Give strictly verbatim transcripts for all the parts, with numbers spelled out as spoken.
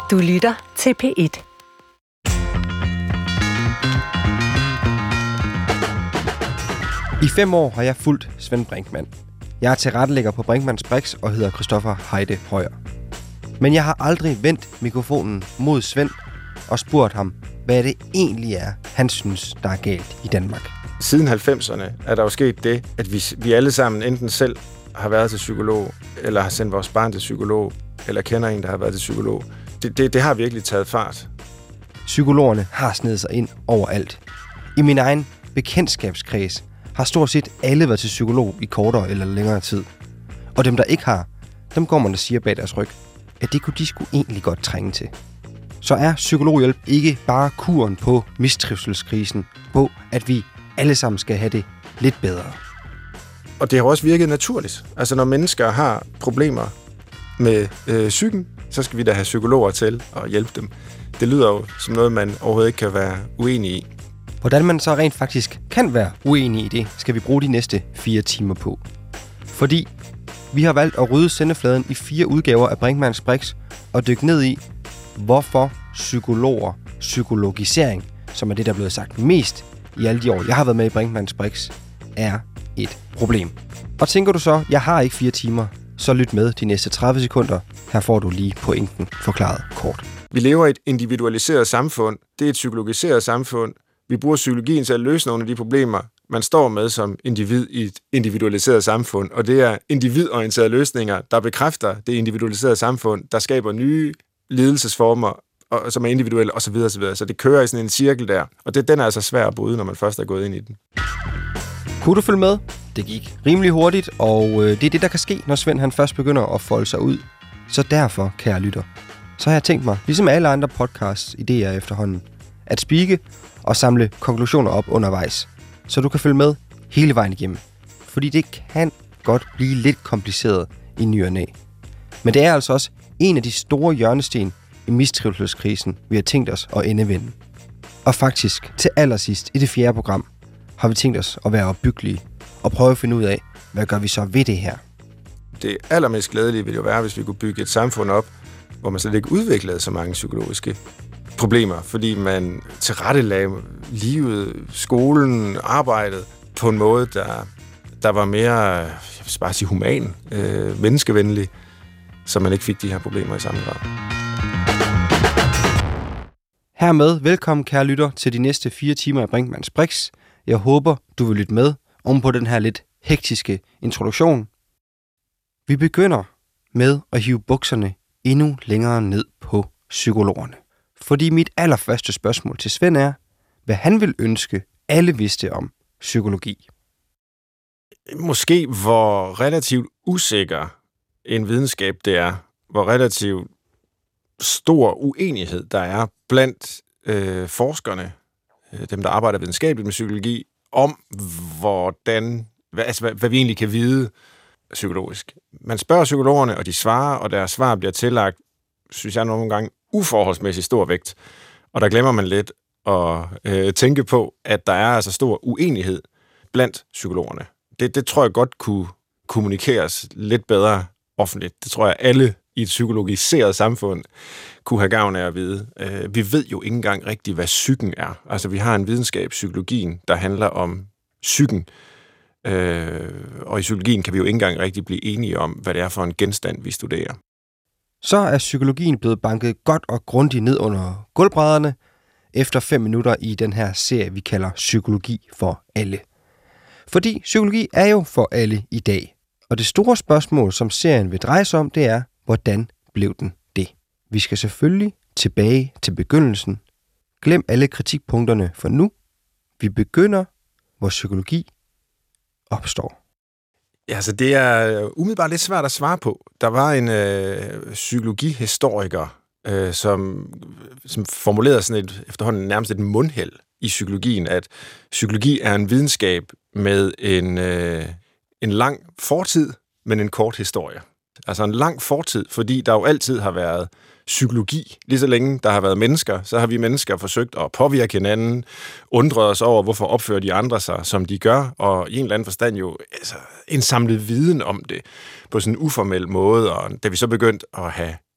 Du lytter til P et. I fem år har jeg fulgt Svend Brinkmann. Jeg er tilrettelægger på Brinkmanns Brix og hedder Christoffer Heide Højer. Men jeg har aldrig vendt mikrofonen mod Svend og spurgt ham, hvad det egentlig er, han synes, der er galt i Danmark. Siden halvfemserne er der jo sket det, at vi, vi alle sammen enten selv har været til psykolog, eller har sendt vores barn til psykolog, eller kender en, der har været til psykolog. Det, det, det har virkelig taget fart. Psykologerne har snedet sig ind overalt. I min egen bekendtskabskreds har stort set alle været til psykolog i kortere eller længere tid. Og dem, der ikke har, dem går man og siger bag deres ryg, at det kunne de sgu egentlig godt trænge til. Så er psykologhjælp ikke bare kuren på mistrivselskrisen, på at vi alle sammen skal have det lidt bedre. Og det har også virket naturligt. Altså når mennesker har problemer med øh, psyken, så skal vi da have psykologer til at hjælpe dem. Det lyder jo som noget, man overhovedet ikke kan være uenig i. Hvordan man så rent faktisk kan være uenig i det, skal vi bruge de næste fire timer på. Fordi vi har valgt at rydde sendefladen i fire udgaver af Brinkmanns Brix og dykke ned i, hvorfor psykologer, psykologisering, som er det, der er blevet sagt mest i alle de år, jeg har været med i Brinkmanns Brix, er et problem. Og tænker du så, jeg har ikke fire timer, så lyt med de næste tredive sekunder. Her får du lige pointen forklaret kort. Vi lever i et individualiseret samfund. Det er et psykologiseret samfund. Vi bruger psykologien til at løse nogle af de problemer, man står med som individ i et individualiseret samfund. Og det er individorienterede løsninger, der bekræfter det individualiserede samfund, der skaber nye lidelsesformer, og, som er individuelle osv. osv. Så det kører i sådan en cirkel der. Og det, den er altså svær at bryde, når man først er gået ind i den. Kunne du følge med? Det gik rimelig hurtigt, og øh, det er det, der kan ske, når Svend han først begynder at folde sig ud. Så derfor, kære lytter, så har jeg tænkt mig, ligesom alle andre podcasts idéer efterhånden, at speake og samle konklusioner op undervejs, så du kan følge med hele vejen igennem. Fordi det kan godt blive lidt kompliceret i ny og næ. Men det er altså også en af de store hjørnesten i mistrivselskrisen, vi har tænkt os at endevende. Og faktisk, til allersidst i det fjerde program, har vi tænkt os at være opbyggelige og prøve at finde ud af, hvad gør vi så ved det her. Det allermest glædelige ville jo være, hvis vi kunne bygge et samfund op, hvor man slet ikke udviklede så mange psykologiske problemer, fordi man tilrettelagde livet, skolen, arbejdet på en måde, der, der var mere, jeg vil bare sige human, øh, menneskevenlig, så man ikke fik de her problemer i samme grad. Hermed velkommen, kære lytter, til de næste fire timer af Brinkmanns Brix. Jeg håber, du vil lytte med om på den her lidt hektiske introduktion. Vi begynder med at hive bukserne endnu længere ned på psykologerne. Fordi mit allerførste spørgsmål til Svend er, hvad han vil ønske, alle vidste om psykologi. Måske hvor relativt usikker en videnskab det er, hvor relativt stor uenighed der er blandt øh, forskerne, øh, dem der arbejder videnskabeligt med psykologi, om hvordan, hvad, altså, hvad, hvad vi egentlig kan vide psykologisk. Man spørger psykologerne, og de svarer, og deres svar bliver tillagt, synes jeg nogle gange, uforholdsmæssigt stor vægt. Og der glemmer man lidt at øh, tænke på, at der er altså stor uenighed blandt psykologerne. Det, det tror jeg godt kunne kommunikeres lidt bedre offentligt. Det tror jeg, alle i et psykologiseret samfund kunne have gavn af at vide. Øh, vi ved jo ikke engang rigtigt, hvad psyken er. Altså, vi har en videnskab, psykologien, der handler om psyken. Øh, og i psykologien kan vi jo ikke engang rigtig blive enige om, hvad det er for en genstand, vi studerer. Så er psykologien blevet banket godt og grundigt ned under gulvbrædderne efter fem minutter i den her serie, vi kalder Psykologi for alle. Fordi psykologi er jo for alle i dag. Og det store spørgsmål, som serien vil dreje sig om, det er, hvordan blev den det? Vi skal selvfølgelig tilbage til begyndelsen. Glem alle kritikpunkterne for nu. Vi begynder, hvor psykologi opstår. Ja, altså det er umiddelbart lidt svært at svare på. Der var en øh, psykologihistoriker, øh, som, som formulerede sådan et, efterhånden nærmest et mundheld i psykologien, at psykologi er en videnskab med en, øh, en lang fortid, men en kort historie. Altså en lang fortid, fordi der jo altid har været psykologi. Lige så længe der har været mennesker, så har vi mennesker forsøgt at påvirke hinanden, undre os over, hvorfor opfører de andre sig, som de gør, og i en eller anden forstand jo altså, indsamlet viden om det på sådan en uformel måde. Og da vi så begyndte at have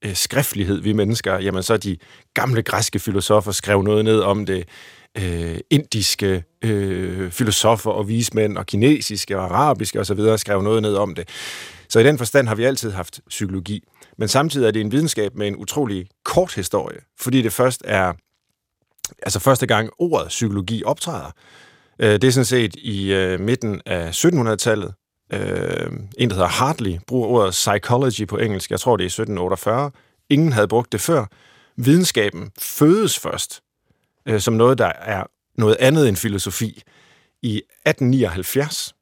øh, skriftlighed, vi mennesker, jamen så de gamle græske filosofer skrev noget ned om det, øh, indiske øh, filosofer og vismænd, og kinesiske og arabiske osv. skrev noget ned om det. Så i den forstand har vi altid haft psykologi. Men samtidig er det en videnskab med en utrolig kort historie, fordi det først er, altså første gang ordet psykologi optræder. Det er sådan set i øh, midten af syttenhundredetallet. Øh, en, der hedder Hartley, bruger ordet psychology på engelsk. Jeg tror, det er i sytten otteogfyrre. Ingen havde brugt det før. Videnskaben fødes først øh, som noget, der er noget andet end filosofi. I atten nioghalvfjerds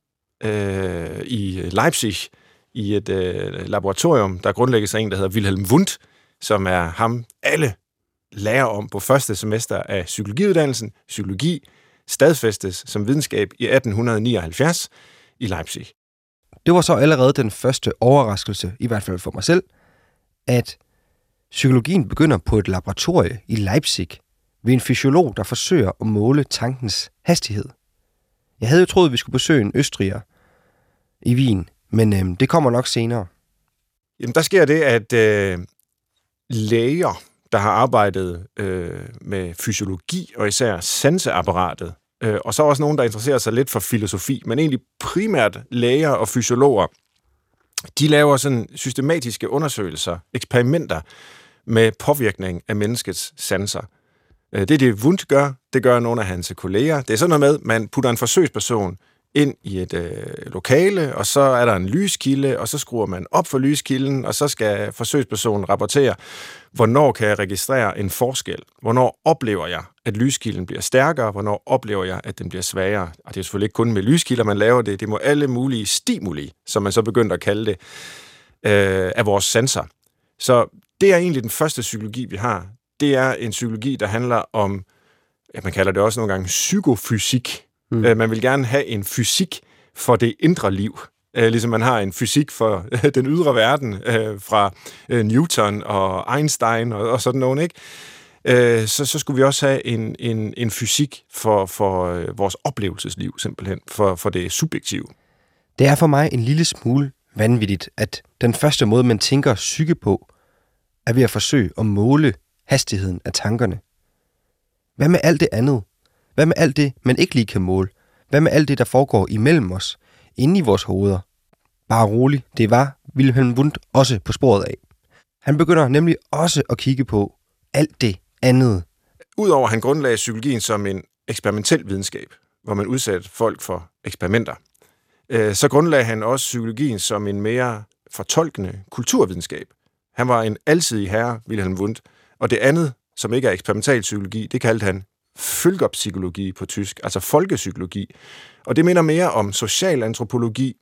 øh, i Leipzig, i et øh, laboratorium, der grundlægges af en, der hedder Wilhelm Wundt, som er ham, alle lærer om på første semester af psykologiuddannelsen. Psykologi stadfæstes som videnskab i atten nioghalvfjerds i Leipzig. Det var så allerede den første overraskelse, i hvert fald for mig selv, at psykologien begynder på et laboratorie i Leipzig ved en fysiolog, der forsøger at måle tankens hastighed. Jeg havde jo troet, at vi skulle besøge en østriger i Wien, men øhm, det kommer nok senere. Jamen, der sker det, at øh, læger, der har arbejdet øh, med fysiologi og især sanseapparatet, øh, og så også nogen, der interesserer sig lidt for filosofi, men egentlig primært læger og fysiologer, de laver sådan systematiske undersøgelser, eksperimenter med påvirkning af menneskets sanser. Det er det, Wundt gør, det gør nogle af hans kolleger. Det er sådan noget med, man putter en forsøgsperson ind i et øh, lokale, og så er der en lyskilde, og så skruer man op for lyskilden, og så skal forsøgspersonen rapportere, hvornår kan jeg registrere en forskel? Hvornår oplever jeg, at lyskilden bliver stærkere? Hvornår oplever jeg, at den bliver svagere? Og det er selvfølgelig ikke kun med lyskilder, man laver det. Det må alle mulige stimuli, som man så begyndte at kalde det, øh, af vores sanser. Så det er egentlig den første psykologi, vi har. Det er en psykologi, der handler om, ja, man kalder det også nogle gange psykofysik. Mm. Man vil gerne have en fysik for det indre liv, ligesom man har en fysik for den ydre verden fra Newton og Einstein og sådan noget, ikke? Så, så skulle vi også have en, en, en fysik for, for vores oplevelsesliv, simpelthen, for, for det subjektive. Det er for mig en lille smule vanvittigt, at den første måde, man tænker psyke på, er ved at forsøge at måle hastigheden af tankerne. Hvad med alt det andet? Hvad med alt det, man ikke lige kan måle? Hvad med alt det, der foregår imellem os, inde i vores hoveder? Bare rolig, det var Wilhelm Wundt også på sporet af. Han begynder nemlig også at kigge på alt det andet. Udover at han grundlagde psykologien som en eksperimentel videnskab, hvor man udsatte folk for eksperimenter, så grundlagde han også psykologien som en mere fortolkende kulturvidenskab. Han var en alsidig herre, Wilhelm Wundt, og det andet, som ikke er eksperimental psykologi, det kaldte han Völkerpsykologi på tysk, altså folkepsykologi. Og det minder mere om socialantropologi.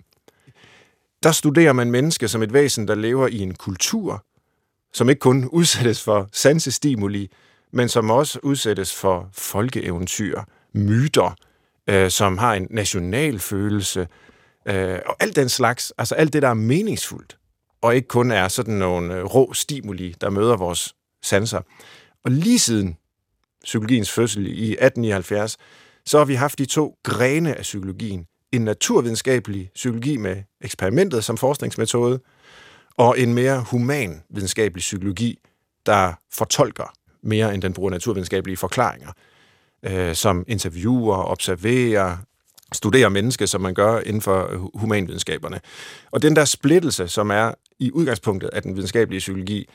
Der studerer man mennesker som et væsen, der lever i en kultur, som ikke kun udsættes for sansestimuli, men som også udsættes for folkeeventyr, myter, øh, som har en nationalfølelse, øh, og alt den slags, altså alt det, der er meningsfuldt, og ikke kun er sådan nogle rå stimuli, der møder vores sanser. Og lige siden psykologiens fødsel i atten nioghalvfjerds, så har vi haft de to grene af psykologien. En naturvidenskabelig psykologi med eksperimentet som forskningsmetode, og en mere human videnskabelig psykologi, der fortolker mere end den bruger naturvidenskabelige forklaringer, øh, som interviewer, observerer, studerer mennesker, som man gør inden for humanvidenskaberne. Og den der splittelse, som er i udgangspunktet af den videnskabelige psykologi,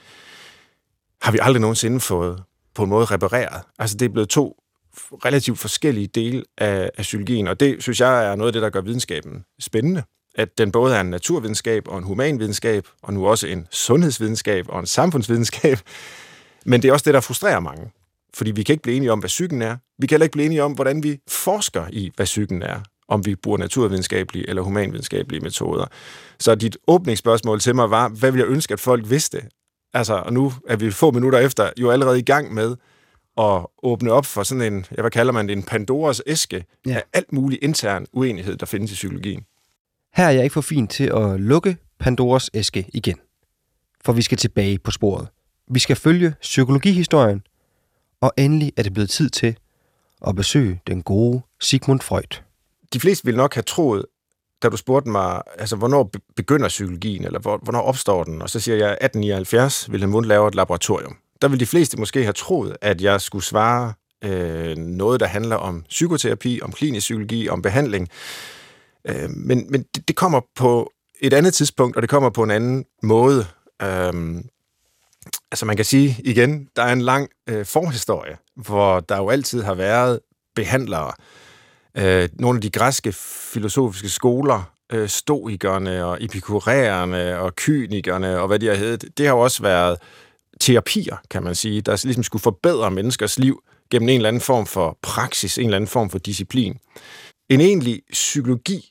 har vi aldrig nogensinde fået på en måde repareret. Altså det er blevet to relativt forskellige dele af, af psykologien, og det synes jeg er noget af det, der gør videnskaben spændende. At den både er en naturvidenskab og en humanvidenskab, og nu også en sundhedsvidenskab og en samfundsvidenskab. Men det er også det, der frustrerer mange. Fordi vi kan ikke blive enige om, hvad psyken er. Vi kan heller ikke blive enige om, hvordan vi forsker i, hvad psyken er. Om vi bruger naturvidenskabelige eller humanvidenskabelige metoder. Så dit åbningsspørgsmål til mig var, hvad ville jeg ønske, at folk vidste? Altså, og nu er vi få minutter efter jo allerede i gang med at åbne op for sådan en, hvad kalder man det, en Pandoras æske ja. Af alt mulig intern uenighed, der findes i psykologien. Her er jeg ikke for fin til at lukke Pandoras æske igen. For vi skal tilbage på sporet. Vi skal følge psykologihistorien, og endelig er det blevet tid til at besøge den gode Sigmund Freud. De fleste ville nok have troet, da du spurgte mig, altså, hvornår begynder psykologien, eller hvor, hvornår opstår den? Og så siger jeg, atten nioghalvfjerds Wilhelm Wundt laver et laboratorium. Der vil de fleste måske have troet, at jeg skulle svare øh, noget, der handler om psykoterapi, om klinisk psykologi, om behandling. Øh, men men det, det kommer på et andet tidspunkt, og det kommer på en anden måde. Øh, altså man kan sige igen, der er en lang øh, forhistorie, hvor der jo altid har været behandlere. Øh, nogle af de græske filosofiske skoler, øh, stoikerne og epikuræerne og kynikerne og hvad de har heddet, det har jo også været terapier, kan man sige, der ligesom skulle forbedre menneskers liv gennem en eller anden form for praksis, en eller anden form for disciplin. En egentlig psykologi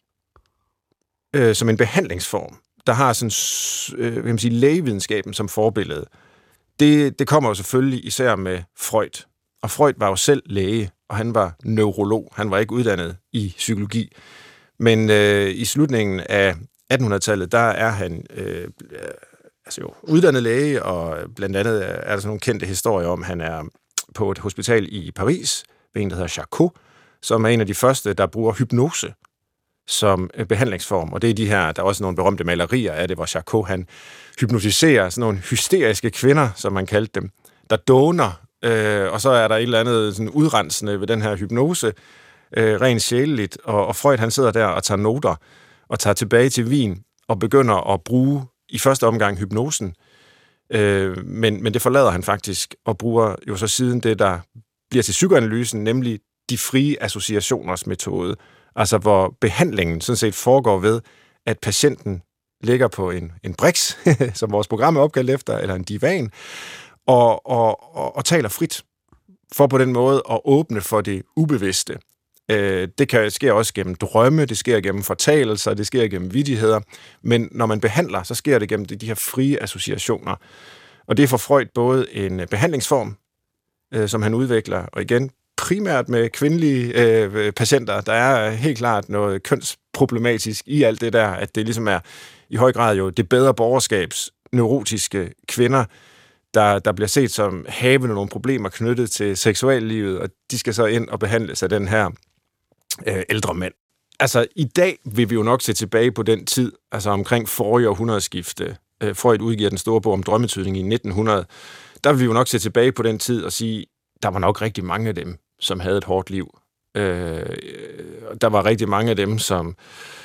øh, som en behandlingsform, der har sådan, øh, kan man sige, lægevidenskaben som forbillede, det, det kommer jo selvfølgelig især med Freud. Og Freud var jo selv læge, og han var neurolog. Han var ikke uddannet i psykologi. Men øh, i slutningen af attenhundredetallet, der er han øh, altså jo, uddannet læge, og blandt andet er der sådan nogle kendte historier om, han er på et hospital i Paris, ved en, der hedder Charcot, som er en af de første, der bruger hypnose som behandlingsform. Og det er de her, der er også nogle berømte malerier af det, hvor Charcot, han hypnotiserer sådan nogle hysteriske kvinder, som man kaldte dem, der dåner, øh, og så er der et eller andet sådan udrensende ved den her hypnose, øh, rent sjæleligt, og, og Freud, han sidder der og tager noter, og tager tilbage til Wien, og begynder at bruge i første omgang hypnosen, øh, men, men det forlader han faktisk, og bruger jo så siden det, der bliver til psykoanalysen, nemlig de frie associationers metode, altså hvor behandlingen sådan set foregår ved, at patienten ligger på en, en briks, som vores program er opkaldt efter, eller en divan, og, og, og, og taler frit, for på den måde at åbne for det ubevidste. Øh, det kan ske også gennem drømme, det sker gennem fortalelser, det sker gennem vittigheder, men når man behandler, så sker det gennem de, de her frie associationer. Og det er for Freud både en behandlingsform, øh, som han udvikler, og igen, primært med kvindelige øh, patienter. Der er helt klart noget kønsproblematisk i alt det der, at det ligesom er i høj grad jo det bedre borgerskabs neurotiske kvinder, der, der bliver set som havende nogle problemer knyttet til seksuallivet, og de skal så ind og behandles af den her øh, ældre mand. Altså, i dag vil vi jo nok se tilbage på den tid, altså omkring forrige århundredeskifte. Øh, Freud udgiver den store bog om drømmetydning i nitten hundrede. Der vil vi jo nok se tilbage på den tid og sige, der var nok rigtig mange af dem, som havde et hårdt liv. Øh, der var rigtig mange af dem, som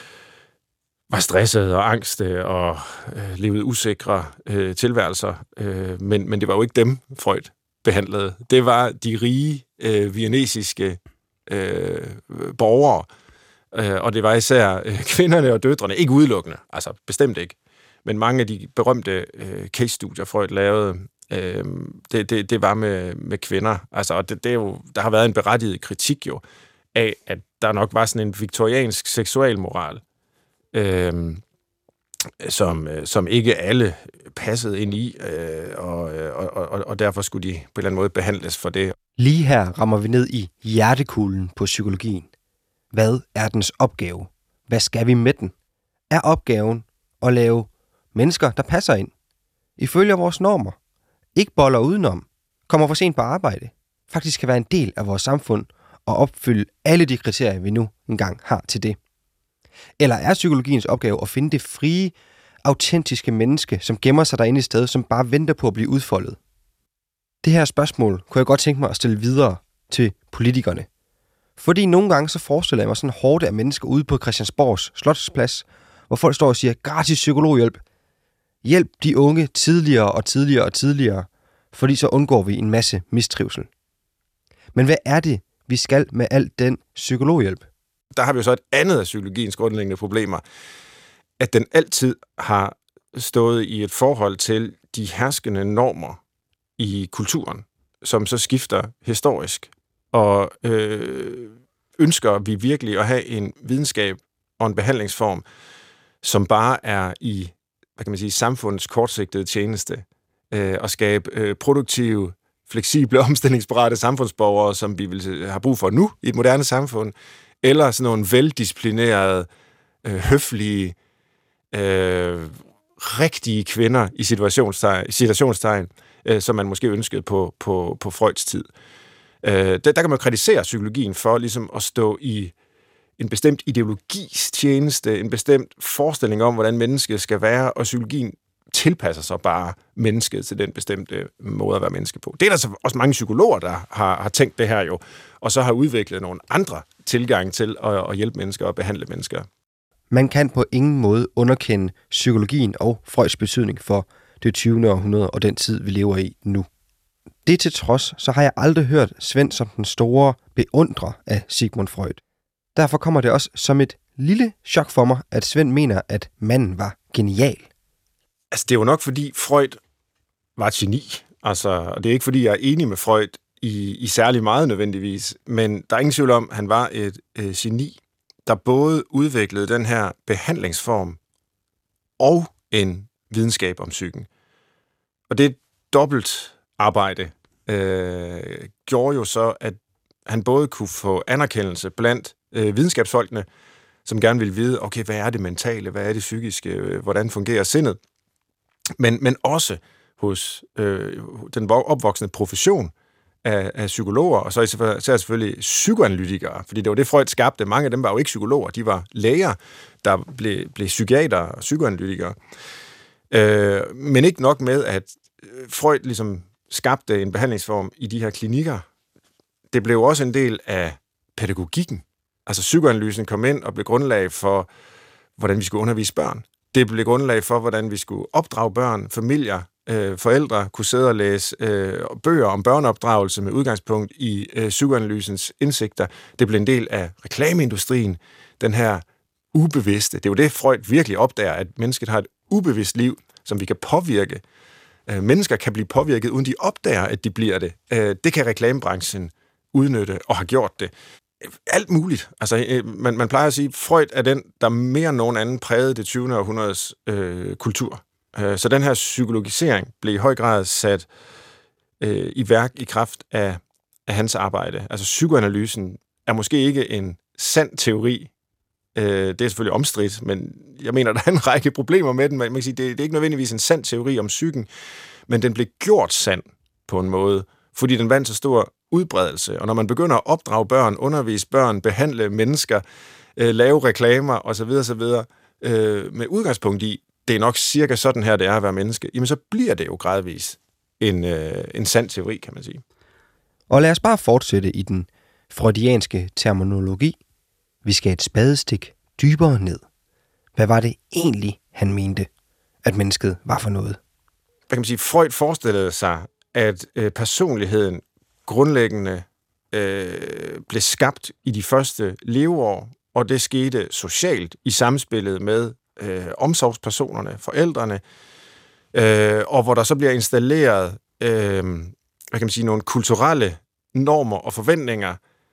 var stressede og angste og øh, levede usikre øh, tilværelser. Øh, men, men det var jo ikke dem, Freud behandlede. Det var de rige, øh, viennesiske øh, borgere, øh, og det var især øh, kvinderne og døtrene. Ikke udelukkende, altså bestemt ikke. Men mange af de berømte øh, case-studier, Freud lavede, øh, det, det, det var med, med kvinder. Altså, og det, det er jo, der har været en berettiget kritik jo af, at der nok var sådan en viktoriansk seksualmoral, øh, som, som ikke alle passede ind i, øh, og, og, og, og derfor skulle de på en eller anden måde behandles for det. Lige her rammer vi ned i hjertekuglen på psykologien. Hvad er dens opgave? Hvad skal vi med den? Er opgaven at lave mennesker, der passer ind, ifølge vores normer, ikke boller udenom, kommer for sent på arbejde, faktisk kan være en del af vores samfund og opfylde alle de kriterier, vi nu engang har til det? Eller er psykologiens opgave at finde det frie, autentiske menneske, som gemmer sig derinde i sted, som bare venter på at blive udfoldet? Det her spørgsmål kunne jeg godt tænke mig at stille videre til politikerne. Fordi nogle gange så forestiller jeg mig sådan en hårde af mennesker ude på Christiansborgs Slotsplads, hvor folk står og siger, gratis psykologhjælp. Hjælp de unge tidligere og tidligere og tidligere, fordi så undgår vi en masse mistrivsel. Men hvad er det, vi skal med al den psykologhjælp? Der har vi jo så et andet af psykologiens grundlæggende problemer, at den altid har stået i et forhold til de herskende normer i kulturen, som så skifter historisk. Og øh, ønsker vi virkelig at have en videnskab og en behandlingsform, som bare er i, hvad kan man sige, samfundets kortsigtede tjeneste, øh, og skabe øh, produktive, fleksible, omstillingsparate samfundsborgere, som vi vil have brug for nu i et moderne samfund, eller sådan nogle veldisciplinerede, øh, høflige, øh, rigtige kvinder i situationstegn, situationstegn øh, som man måske ønskede på, på, på Freuds tid. Øh, der, der kan man kritisere psykologien for ligesom at stå i, en bestemt ideologis tjeneste, en bestemt forestilling om, hvordan mennesket skal være, og psykologien tilpasser sig bare mennesket til den bestemte måde at være menneske på. Det er der så også mange psykologer, der har, har tænkt det her jo, og så har udviklet nogle andre tilgange til at, at hjælpe mennesker og behandle mennesker. Man kan på ingen måde underkende psykologien og Freuds betydning for det tyvende århundrede og den tid, vi lever i nu. Det til trods, så har jeg aldrig hørt Svend som den store beundrer af Sigmund Freud. Derfor kommer det også som et lille chok for mig, at Svend mener, at manden var genial. Altså, det er jo nok, fordi Freud var et geni. Altså, og det er ikke, fordi jeg er enig med Freud i, i særlig meget nødvendigvis, men der er ingen tvivl om, at han var et øh, geni, der både udviklede den her behandlingsform og en videnskab om psyken. Og det dobbelt arbejde øh, gjorde jo så, at han både kunne få anerkendelse blandt øh, videnskabsfolkene, som gerne ville vide, okay, hvad er det mentale, hvad er det psykiske, øh, hvordan fungerer sindet, men, men også hos øh, den opvoksende profession af, af psykologer, og så er selvfølgelig psykoanalytikere, fordi det var det, Freud skabte. Mange af dem var jo ikke psykologer, de var læger, der blev, blev psykiater og psykoanalytikere. Øh, men ikke nok med, at Freud ligesom skabte en behandlingsform i de her klinikker. Det blev også en del af pædagogikken. Altså psykoanalysen kom ind og blev grundlag for, hvordan vi skulle undervise børn. Det blev grundlag for, hvordan vi skulle opdrage børn, familier, øh, forældre kunne sidde og læse øh, bøger om børneopdragelse med udgangspunkt i øh, psykoanalysens indsigter. Det blev en del af reklameindustrien, den her ubevidste. Det er jo det, Freud virkelig opdager, at mennesket har et ubevidst liv, som vi kan påvirke. Øh, mennesker kan blive påvirket, uden de opdager, at de bliver det. Øh, det kan reklamebranchen udnytte og har gjort det. Alt muligt. Altså, man, man plejer at sige, at Freud er den, der mere end nogen anden prægede det tyvende århundredes øh, kultur. Øh, så den her psykologisering blev i høj grad sat øh, i værk i kraft af, af hans arbejde. Altså psykoanalysen er måske ikke en sand teori. Øh, det er selvfølgelig omstridt, men jeg mener, der er en række problemer med den. Man kan sige, det, det er ikke nødvendigvis en sand teori om psyken, men den blev gjort sand på en måde, fordi den vandt så stor udbredelse. Og når man begynder at opdrage børn, undervise børn, behandle mennesker, øh, lave reklamer osv. osv. Øh, med udgangspunkt i, det er nok cirka sådan her, det er at være menneske, jamen så bliver det jo gradvis en, øh, en sand teori, kan man sige. Og lad os bare fortsætte i den freudianske terminologi. Vi skal et spadestik dybere ned. Hvad var det egentlig, han mente, at mennesket var for noget? Hvad kan man sige? Freud forestillede sig, at øh, personligheden grundlæggende øh, blev skabt i de første leveår, og det skete socialt i samspillet med øh, omsorgspersonerne, forældrene, øh, og hvor der så bliver installeret øh, hvad kan man sige, nogle kulturelle normer og forventninger,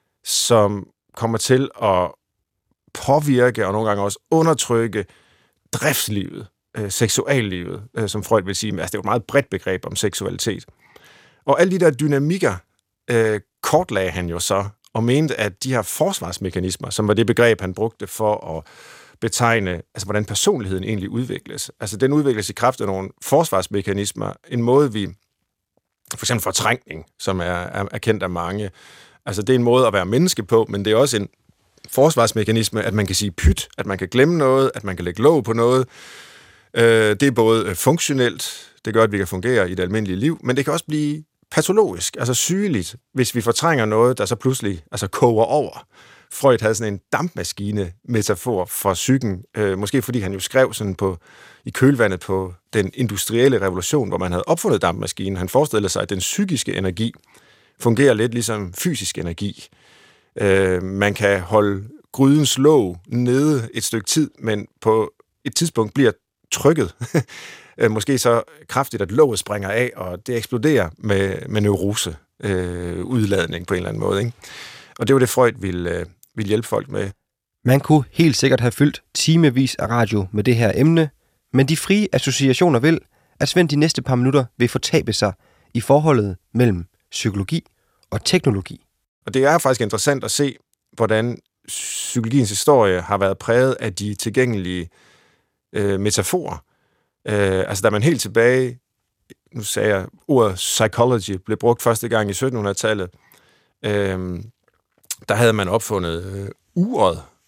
som kommer til at påvirke og nogle gange også undertrykke driftslivet, øh, seksuallivet, øh, som Freud vil sige. Altså, det er jo et meget bredt begreb om seksualitet. Og alle de der dynamikker øh, kortlagde han jo så, og mente, at de her forsvarsmekanismer, som var det begreb, han brugte for at betegne, altså hvordan personligheden egentlig udvikles. Altså den udvikles i kraft af nogle forsvarsmekanismer, en måde vi, for eksempel fortrængning, som er, er, er kendt af mange. Altså det er en måde at være menneske på, men det er også en forsvarsmekanisme, at man kan sige pyt, at man kan glemme noget, at man kan lægge låg på noget. Øh, det er både funktionelt, det gør, at vi kan fungere i det almindelige liv, men det kan også blive patologisk, altså sygeligt, hvis vi fortrænger noget, der så pludselig altså koger over. Freud havde sådan en dampmaskine-metafor for psyken, øh, måske fordi han jo skrev sådan på, i kølvandet på den industrielle revolution, hvor man havde opfundet dampmaskinen. Han forestillede sig, at den psykiske energi fungerer lidt ligesom fysisk energi. Øh, man kan holde grydens låg nede et stykke tid, men på et tidspunkt bliver trykket måske så kraftigt, at låget springer af, og det eksploderer med, med neurose, øh, udladning på en eller anden måde. Ikke? Og det var det, Freud ville, øh, ville hjælpe folk med. Man kunne helt sikkert have fyldt timevis af radio med det her emne, men de frie associationer vil, at Svend de næste par minutter vil fortabe sig i forholdet mellem psykologi og teknologi. Og det er faktisk interessant at se, hvordan psykologiens historie har været præget af de tilgængelige øh, metaforer. Øh, altså da man helt tilbage, nu sagde jeg, ordet psychology blev brugt første gang i syttenhundredetallet, øh, der havde man opfundet øh, uret,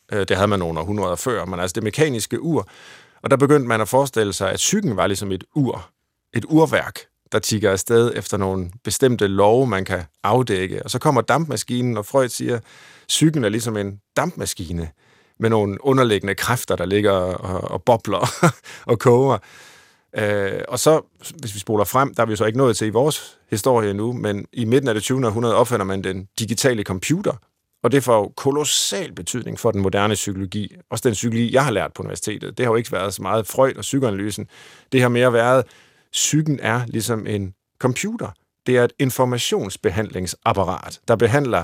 Det havde man nogle århundreder før, men altså det mekaniske ur. Og der begyndte man at forestille sig, at psyken var ligesom et ur. Et urværk, der tikker afsted efter nogle bestemte love, man kan afdække. Og så kommer dampmaskinen, og Freud siger, at psyken er ligesom en dampmaskine med nogle underliggende kræfter, der ligger og, og bobler og koger. Øh, og så, hvis vi spoler frem, der er vi så ikke nået til i vores historie nu, men i midten af det tyvende århundrede opfinder man den digitale computer, og det får jo kolossal betydning for den moderne psykologi. Også den psykologi, jeg har lært på universitetet. Det har jo ikke været så meget Freud og psykoanalysen. Det har mere været, psyken er ligesom en computer. Det er et informationsbehandlingsapparat, der behandler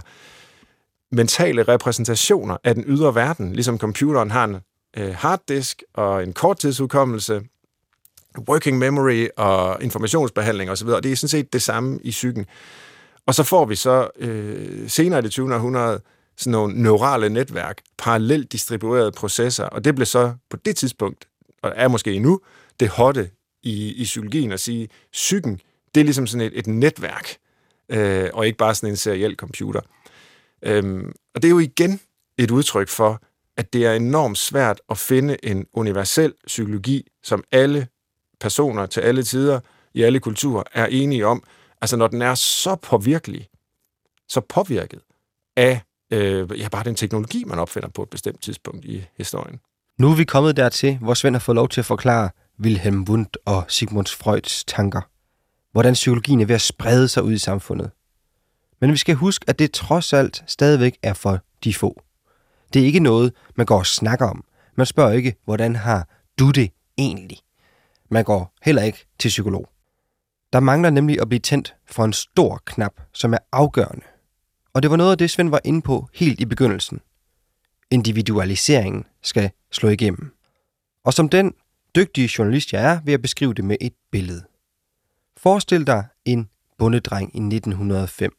mentale repræsentationer af den ydre verden, ligesom computeren har en øh, harddisk og en korttidsudkommelse, working memory og informationsbehandling osv., og det er sådan set det samme i psyken. Og så får vi så øh, senere i det tyvende århundrede sådan nogle neurale netværk, parallelt distribuerede processer, og det blev så på det tidspunkt, og er måske endnu, det hotte i, i psykologien at sige, psyken, det er ligesom sådan et, et netværk, øh, og ikke bare sådan en seriel computer. Øhm, og det er jo igen et udtryk for, at det er enormt svært at finde en universel psykologi, som alle personer til alle tider, i alle kulturer, er enige om. Altså når den er så påvirkelig, så påvirket af øh, ja, bare den teknologi, man opfinder på et bestemt tidspunkt i historien. Nu er vi kommet dertil, hvor Svend har fået lov til at forklare Wilhelm Wundt og Sigmund Freuds tanker. Hvordan psykologien er ved at sprede sig ud i samfundet. Men vi skal huske, at det trods alt stadigvæk er for de få. Det er ikke noget, man går og snakker om. Man spørger ikke, hvordan har du det egentlig? Man går heller ikke til psykolog. Der mangler nemlig at blive tændt for en stor knap, som er afgørende. Og det var noget af det, Svend var inde på helt i begyndelsen. Individualiseringen skal slå igennem. Og som den dygtige journalist, jeg er, vil jeg beskrive det med et billede. Forestil dig en bondedreng i nitten hundrede og fem.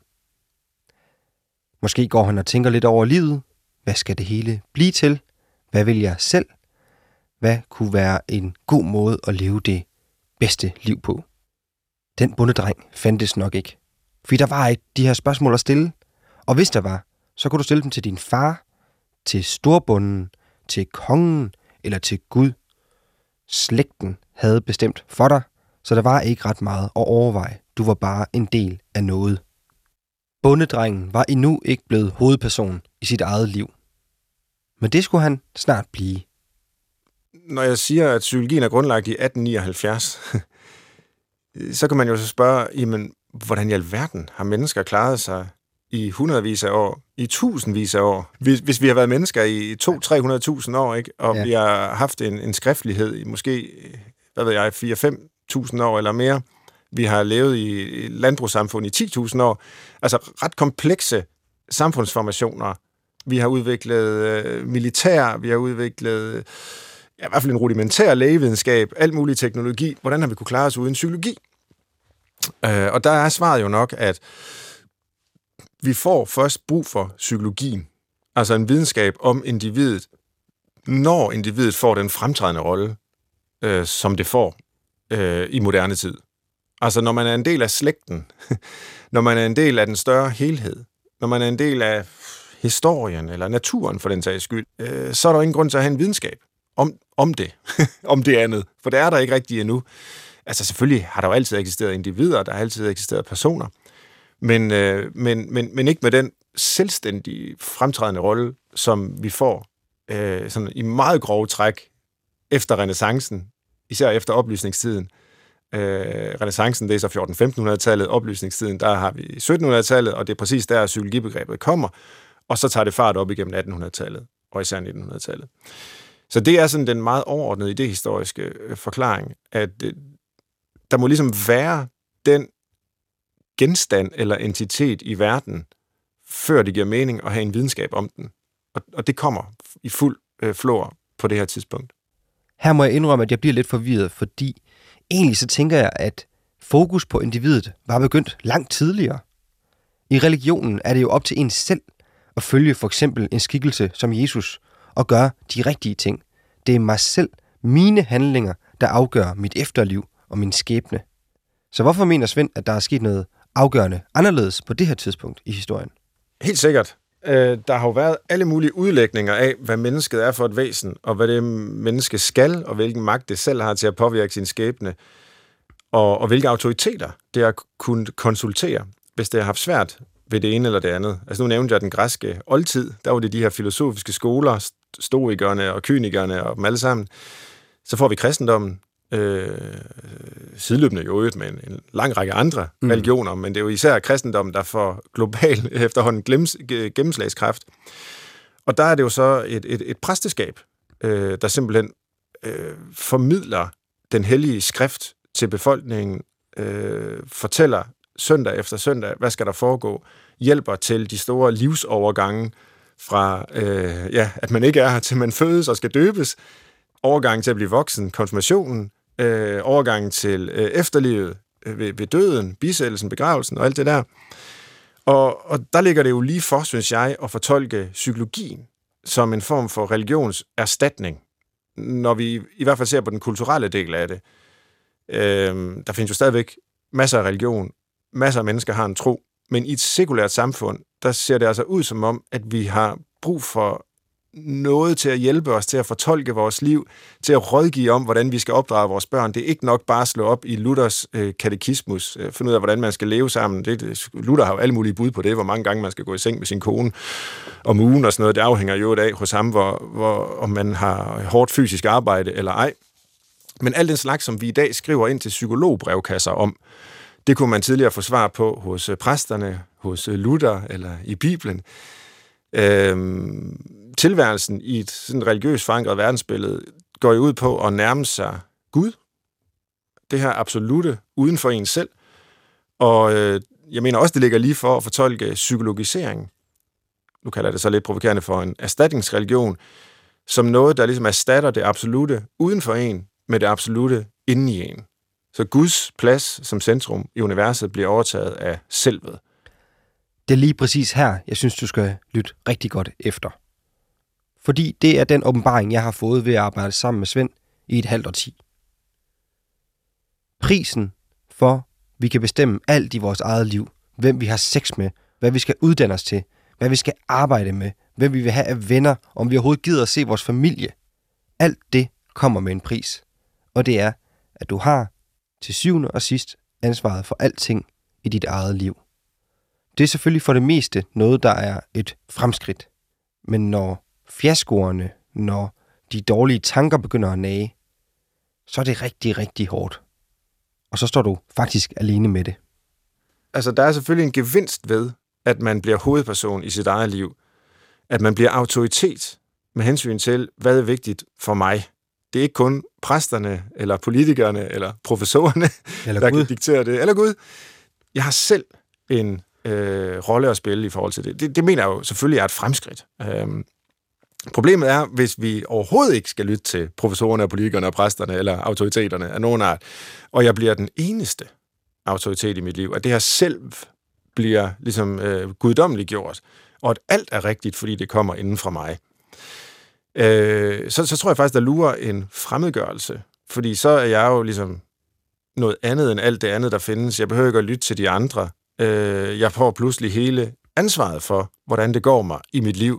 Måske går han og tænker lidt over livet. Hvad skal det hele blive til? Hvad vil jeg selv? Hvad kunne være en god måde at leve det bedste liv på? Den bondedreng fandtes nok ikke. Fordi der var ikke de her spørgsmål at stille. Og hvis der var, så kunne du stille dem til din far, til storbonden, til kongen eller til Gud. Slægten havde bestemt for dig, så der var ikke ret meget at overveje. Du var bare en del af noget. Bondedrengen var endnu ikke blevet hovedperson i sit eget liv. Men det skulle han snart blive. Når jeg siger, at psykologien er grundlagt i atten nioghalvfjerds, så kan man jo så spørge, jamen, hvordan i alverden har mennesker klaret sig i hundredvis af år, i tusindvis af år? Hvis, hvis vi har været mennesker i to til tre hundrede tusind år, ikke, og ja. vi har haft en, en skriftlighed i måske, hvad ved jeg, fire til fem tusind år eller mere, vi har levet i landbrugssamfund i ti tusind år, altså ret komplekse samfundsformationer. Vi har udviklet øh, militær, vi har udviklet ja, i hvert fald en rudimentær lægevidenskab, alt mulig teknologi. Hvordan har vi kunne klare os uden psykologi? Øh, og der er svaret jo nok, at vi får først brug for psykologien, altså en videnskab om individet, når individet får den fremtrædende rolle, øh, som det får øh, i moderne tid. Altså når man er en del af slægten, når man er en del af den større helhed, når man er en del af historien eller naturen for den sags skyld, øh, så er der ingen grund til at have en videnskab om, om det, om det andet, for det er der ikke rigtigt endnu. Altså selvfølgelig har der jo altid eksisteret individer, der har altid eksisteret personer, men, øh, men, men, men ikke med den selvstændige fremtrædende rolle, som vi får øh, sådan i meget grove træk efter renæssancen, især efter oplysningstiden. Øh, renæssancen, det er så fjorten til femtenhundrede-tallet, oplysningstiden, der har vi syttenhundrede-tallet, og det er præcis der, psykologibegrebet kommer, og så tager det fart op igennem attenhundrede-tallet, og især nittenhundrede-tallet. Så det er sådan den meget overordnede idehistoriske øh, forklaring, at øh, der må ligesom være den genstand eller entitet i verden, før det giver mening at have en videnskab om den. Og, og det kommer i fuld øh, flor på det her tidspunkt. Her må jeg indrømme, at jeg bliver lidt forvirret, fordi egentlig så tænker jeg, at fokus på individet var begyndt langt tidligere. I religionen er det jo op til en selv at følge for eksempel en skikkelse som Jesus og gøre de rigtige ting. Det er mig selv, mine handlinger, der afgør mit efterliv og min skæbne. Så hvorfor mener Svend, at der er sket noget afgørende anderledes på det her tidspunkt i historien? Helt sikkert. øh, der har jo været alle mulige udlægninger af, hvad mennesket er for et væsen, og hvad det menneske skal, og hvilken magt det selv har til at påvirke sin skæbne, og, og hvilke autoriteter det har kunnet konsultere, hvis det har haft svært ved det ene eller det andet. Altså nu nævnte jeg den græske oldtid, der var det de her filosofiske skoler, stoikerne og kynikerne og dem alle sammen. Så får vi kristendommen, øh, sideløbende jo øvrigt med en, en lang række andre mm. religioner, men det er jo især kristendommen, der får global efterhånden glems, gennemslagskraft. Og der er det jo så et, et, et præsteskab, øh, der simpelthen øh, formidler den hellige skrift til befolkningen, øh, fortæller søndag efter søndag, hvad skal der foregå, hjælper til de store livsovergange fra, øh, ja, at man ikke er her, til man fødes og skal døbes, overgang til at blive voksen, konfirmationen, øh, overgangen til øh, efterlivet øh, ved, ved døden, bisættelsen, begravelsen og alt det der. Og, og der ligger det jo lige for, synes jeg, at fortolke psykologien som en form for religionserstatning, når vi i hvert fald ser på den kulturelle del af det. Øh, der findes jo stadigvæk masser af religion, masser af mennesker har en tro, men i et sekulært samfund, der ser det altså ud som om, at vi har brug for noget til at hjælpe os, til at fortolke vores liv, til at rådgive om, hvordan vi skal opdrage vores børn. Det er ikke nok bare at slå op i Luthers øh, katekismus, øh, finde ud af, hvordan man skal leve sammen. Det, det, Luther har jo alle mulige bud på det, hvor mange gange man skal gå i seng med sin kone om ugen og sådan noget. Det afhænger jo af hos ham, hvor, hvor, om man har hårdt fysisk arbejde eller ej. Men alt den slags, som vi i dag skriver ind til psykologbrevkasser om, det kunne man tidligere få svar på hos præsterne, hos Luther eller i Bibelen. Øhm, tilværelsen i et sådan religiøst forankret verdensbillede går jo ud på at nærme sig Gud. Det her absolutte uden for en selv. Og øh, jeg mener også, det ligger lige for at fortolke psykologisering. Nu kalder jeg det så lidt provokerende for en erstatningsreligion, som noget, der ligesom erstatter det absolutte uden for en med det absolutte inden i en. Så Guds plads som centrum i universet bliver overtaget af selvet. Det er lige præcis her, jeg synes, du skal lytte rigtig godt efter. Fordi det er den åbenbaring, jeg har fået ved at arbejde sammen med Svend i et halvt årti. Prisen for, vi kan bestemme alt i vores eget liv, hvem vi har sex med, hvad vi skal uddanne os til, hvad vi skal arbejde med, hvem vi vil have af venner, om vi overhovedet gider at se vores familie. Alt det kommer med en pris. Og det er, at du har til syvende og sidst ansvaret for alting i dit eget liv. Det er selvfølgelig for det meste noget, der er et fremskridt. Men når fiaskoerne, når de dårlige tanker begynder at nage, så er det rigtig, rigtig hårdt. Og så står du faktisk alene med det. Altså, der er selvfølgelig en gevinst ved, at man bliver hovedperson i sit eget liv. At man bliver autoritet med hensyn til, hvad er vigtigt for mig. Det er ikke kun præsterne, eller politikerne, eller professorerne, eller der Gud. Kan diktere det. Eller Gud. Jeg har selv en øh, rolle at spille i forhold til det. det. Det mener jeg jo selvfølgelig er et fremskridt. Øhm, problemet er, hvis vi overhovedet ikke skal lytte til professorerne, og politikerne, og præsterne, eller autoriteterne af nogen art, og jeg bliver den eneste autoritet i mit liv, at det her selv bliver ligesom øh, guddommeligt gjort, og at alt er rigtigt, fordi det kommer inden fra mig. Øh, så, så tror jeg faktisk, der lurer en fremmedgørelse, fordi så er jeg jo ligesom noget andet end alt det andet, der findes. Jeg behøver ikke at lytte til de andre. Øh, jeg får pludselig hele ansvaret for, hvordan det går mig i mit liv.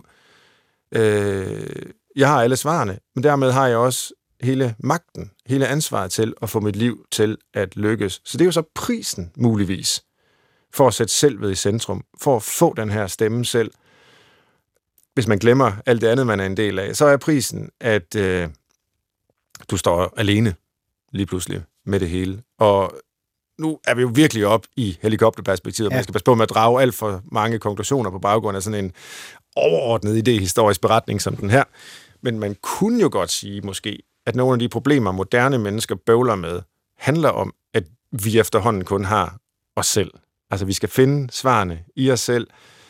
Øh, jeg har alle svarene, men dermed har jeg også hele magten, hele ansvaret til at få mit liv til at lykkes. Så det er jo så prisen, muligvis, for at sætte selvet i centrum, for at få den her stemme selv. Hvis man glemmer alt det andet, man er en del af, så er prisen, at øh, du står alene lige pludselig med det hele. Og nu er vi jo virkelig op i helikopterperspektivet. Ja. Man skal passe på med at drage alt for mange konklusioner på baggrund af sådan en overordnet idéhistorisk beretning som den her. Men man kunne jo godt sige måske, at nogle af de problemer, moderne mennesker bøvler med, handler om, at vi efterhånden kun har os selv. Altså, vi skal finde svarene i os selv.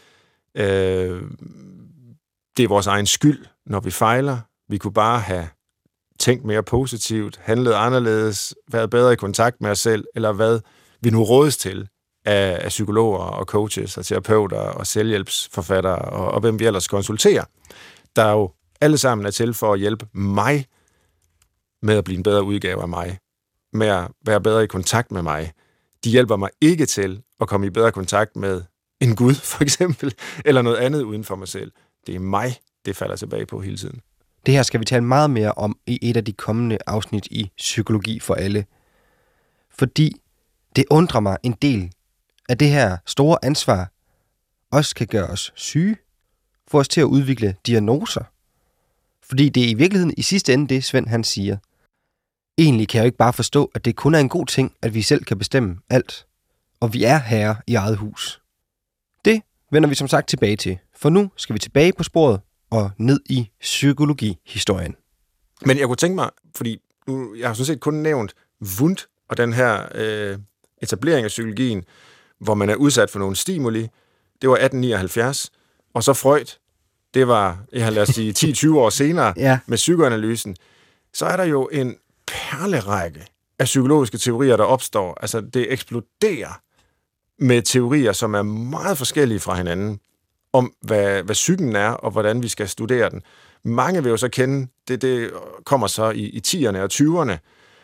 Øh, det er vores egen skyld, når vi fejler. Vi kunne bare have tænkt mere positivt, handlet anderledes, været bedre i kontakt med os selv, eller hvad vi nu rådes til af, af psykologer og coaches og terapeuter og selvhjælpsforfattere og, og hvem vi ellers konsulterer, der jo alle sammen er til for at hjælpe mig med at blive en bedre udgave af mig, med at være bedre i kontakt med mig. De hjælper mig ikke til at komme i bedre kontakt med en Gud, for eksempel, eller noget andet uden for mig selv. Det er mig, det falder tilbage på hele tiden. Det her skal vi tale meget mere om i et af de kommende afsnit i Psykologi for alle. Fordi det undrer mig en del, at det her store ansvar også kan gøre os syge, få os til at udvikle diagnoser. Fordi det er i virkeligheden i sidste ende det, Svend han siger. Egentlig kan jeg jo ikke bare forstå, at det kun er en god ting, at vi selv kan bestemme alt. Og vi er herre i eget hus. Det vender vi som sagt tilbage til, for nu skal vi tilbage på sporet og ned i psykologihistorien. Men jeg kunne tænke mig, fordi nu, jeg har sådan set kun nævnt Wundt og den her øh, etablering af psykologien, hvor man er udsat for nogle stimuli. Det var atten nioghalvfjerds. Og så Freud, det var, jeg har lad os sige, ti til tyve år senere ja. Med psykoanalysen. Så er der jo en perlerække af psykologiske teorier, der opstår. Altså, det eksploderer med teorier, som er meget forskellige fra hinanden, om hvad, hvad psyken er, og hvordan vi skal studere den. Mange vil jo så kende, det, det kommer så i, i tierne og tyverne,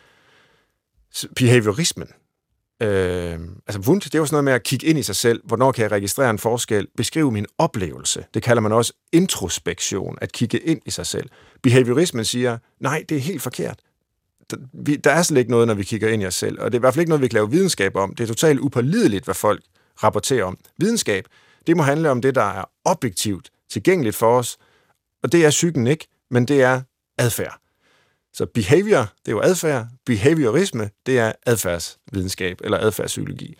behaviorismen. Øh, altså Wundt, det er jo sådan noget med at kigge ind i sig selv. Hvornår kan jeg registrere en forskel? Beskrive min oplevelse. Det kalder man også introspektion, at kigge ind i sig selv. Behaviorismen siger, nej, det er helt forkert. Der, vi, der er slet ikke noget, når vi kigger ind i os selv. Og det er i hvert fald ikke noget, vi kan lave videnskab om. Det er totalt upålideligt, hvad folk rapporterer om. Videnskab, det må handle om det, der er objektivt tilgængeligt for os. Og det er psyken ikke, men det er adfærd. Så behavior, det er jo adfærd. Behaviorisme, det er adfærdsvidenskab eller adfærdspsykologi.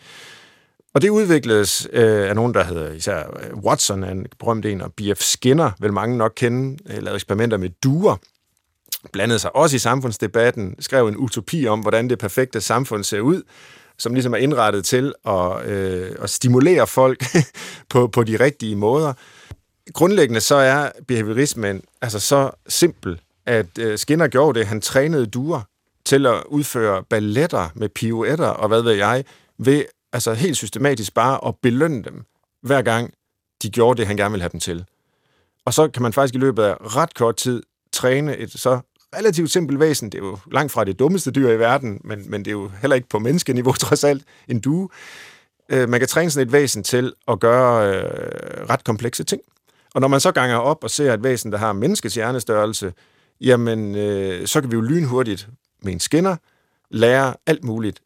Og det udvikledes øh, af nogen, der hedder især Watson, en berømt en, og B F Skinner, vil mange nok kende, øh, lavede eksperimenter med duer, blandede sig også i samfundsdebatten, skrev en utopi om, hvordan det perfekte samfund ser ud, som ligesom er indrettet til at, øh, at stimulere folk på, på de rigtige måder. Grundlæggende så er behaviorismen altså så simpel, at øh, Skinner gjorde det, han trænede duer til at udføre balletter med pirouetter og hvad ved jeg, ved altså helt systematisk bare at belønne dem, hver gang de gjorde det, han gerne ville have dem til. Og så kan man faktisk i løbet af ret kort tid træne et så relativt simpelt væsen. Det er jo langt fra det dummeste dyr i verden, men, men det er jo heller ikke på menneskeniveau trods alt en due. Øh, man kan træne sådan et væsen til at gøre øh, ret komplekse ting. Og når man så ganger op og ser et væsen, der har menneskets hjernestørrelse, jamen, øh, så kan vi jo lynhurtigt med en Skinner lære alt muligt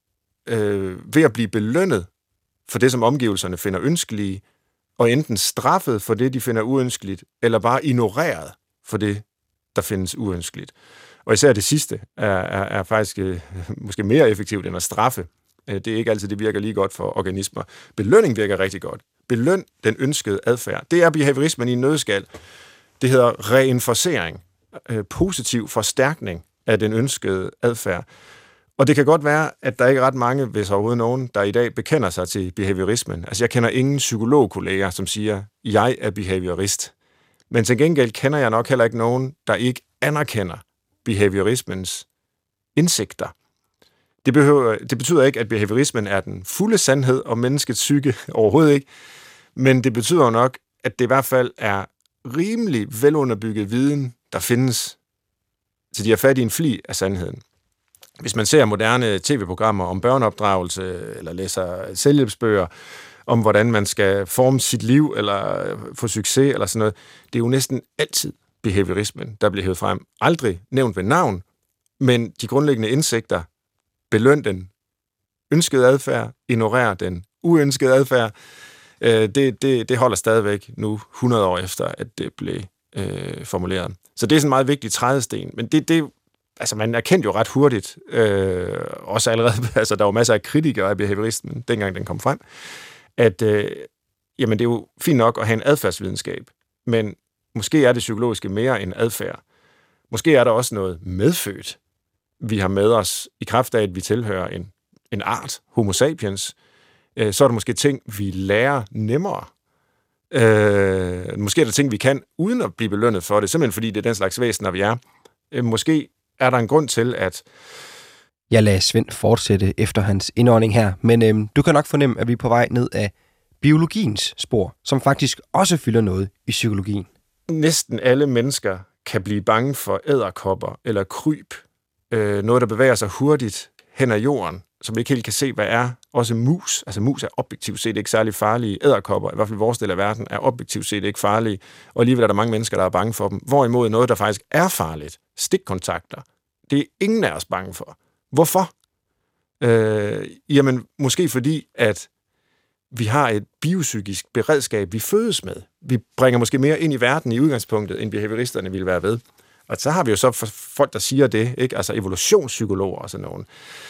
øh, ved at blive belønnet for det, som omgivelserne finder ønskelige, og enten straffet for det, de finder uønskeligt, eller bare ignoreret for det, der findes uønskeligt. Og især det sidste er, er, er faktisk øh, måske mere effektivt end at straffe. Det er ikke altid, det virker lige godt for organismer. Belønning virker rigtig godt. Beløn den ønskede adfærd. Det er behaviorismen i en nøddeskal. Det hedder reinforcering. Positiv forstærkning af den ønskede adfærd. Og det kan godt være, at der ikke er ret mange, hvis overhovedet nogen, der i dag bekender sig til behaviorismen. Altså, jeg kender ingen psykologkolleger, som siger, jeg er behaviorist. Men til gengæld kender jeg nok heller ikke nogen, der ikke anerkender behaviorismens indsigter. Det, behøver, det betyder ikke, at behaviorismen er den fulde sandhed om menneskets psyke, overhovedet ikke. Men det betyder jo nok, at det i hvert fald er rimelig velunderbygget viden, der findes, så de har fat i en fli af sandheden. Hvis man ser moderne tv-programmer om børneopdragelse, eller læser selvhjælpsbøger om, hvordan man skal forme sit liv, eller få succes, eller sådan noget, det er jo næsten altid behaviorismen, der bliver hævet frem. Aldrig nævnt ved navn, men de grundlæggende indsigter, beløn den ønskede adfærd, ignorer den uønskede adfærd, det, det, det holder stadigvæk nu hundrede år efter, at det blev øh, formuleret. Så det er sådan en meget vigtig trædesten, men det, det altså man erkendte jo ret hurtigt, øh, også allerede, altså der var masser af kritikere af behaviorismen, dengang den kom frem, at øh, jamen det er jo fint nok at have en adfærdsvidenskab, men måske er det psykologiske mere end adfærd. Måske er der også noget medfødt, vi har med os i kraft af, at vi tilhører en, en art, homo sapiens. Øh, så er der måske ting, vi lærer nemmere. Øh, måske er der ting, vi kan, uden at blive belønnet for det, simpelthen fordi det er den slags væsener, vi er. Øh, måske er der en grund til, at... Jeg lader Svend fortsætte efter hans indånding her, men øhm, du kan nok fornemme, at vi er på vej ned af biologiens spor, som faktisk også fylder noget i psykologien. Næsten alle mennesker kan blive bange for edderkopper eller kryb. Øh, noget, der bevæger sig hurtigt hen ad jorden. som ikke helt kan se, hvad er. Også mus. Altså mus er objektivt set ikke særlig farlige. Edderkopper, i hvert fald i vores del af verden, er objektivt set ikke farlige. Og alligevel er der mange mennesker, der er bange for dem. Hvorimod noget, der faktisk er farligt, stikkontakter, det er ingen af os bange for. Hvorfor? Øh, jamen, måske fordi, at vi har et biopsykisk beredskab, vi fødes med. Vi bringer måske mere ind i verden i udgangspunktet, end behavioristerne ville være ved. Og så har vi jo så folk, der siger det, ikke? Altså evolutionspsykologer og sådan nogen,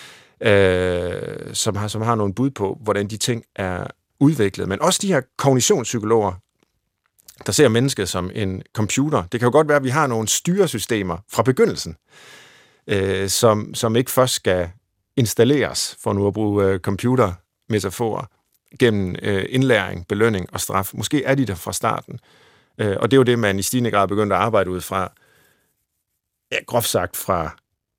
øh, som, har, som har nogle bud på, hvordan de ting er udviklet. Men også de her kognitionspsykologer, der ser mennesket som en computer. Det kan jo godt være, at vi har nogle styresystemer fra begyndelsen, øh, som, som ikke først skal installeres, for nu at bruge øh, computermetaforer, gennem øh, indlæring, belønning og straf. Måske er de der fra starten. Øh, og det er jo det, man i stigende grad begyndte at arbejde ud fra, ja, groft sagt fra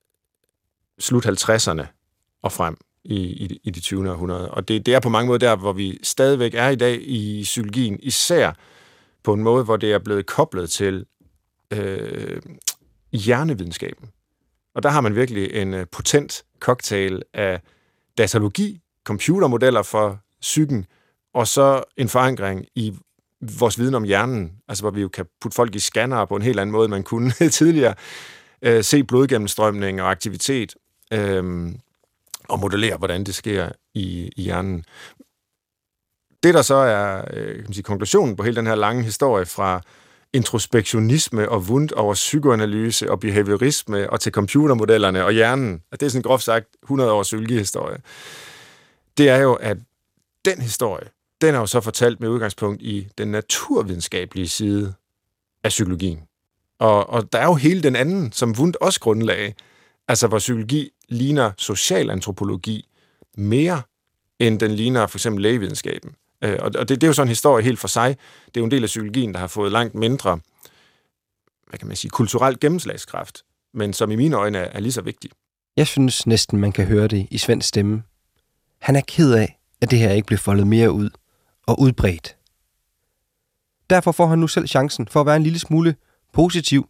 slut halvtredserne og frem i, i, i det tyvende århundrede. Og det, det er på mange måder der, hvor vi stadigvæk er i dag i psykologien, især på en måde, hvor det er blevet koblet til øh, hjernevidenskaben. Og der har man virkelig en potent cocktail af datalogi, computermodeller for psyken, og så en forankring i vores viden om hjernen, altså hvor vi jo kan putte folk i scannere på en helt anden måde, man kunne tidligere, øh, se blodgennemstrømning og aktivitet, øh, og modellere, hvordan det sker i, i hjernen. Det, der så er øh, kan man sige, konklusionen på hele den her lange historie fra introspektionisme og Wundt over psykoanalyse og behaviorisme og til computermodellerne og hjernen, at det er sådan groft sagt hundrede års psykologihistorie, det er jo, at den historie, den er jo så fortalt med udgangspunkt i den naturvidenskabelige side af psykologien. Og, og der er jo hele den anden, som Wundt også grundlagde, altså hvor psykologi ligner socialantropologi mere, end den ligner for eksempel lægevidenskaben. Og det, det er jo sådan en historie helt for sig. Det er jo en del af psykologien, der har fået langt mindre, hvad kan man sige, kulturel gennemslagskraft, men som i mine øjne er, er lige så vigtig. Jeg synes næsten, man kan høre det i Svends stemme. Han er ked af, at det her ikke blev foldet mere ud og udbredt. Derfor får han nu selv chancen for at være en lille smule positiv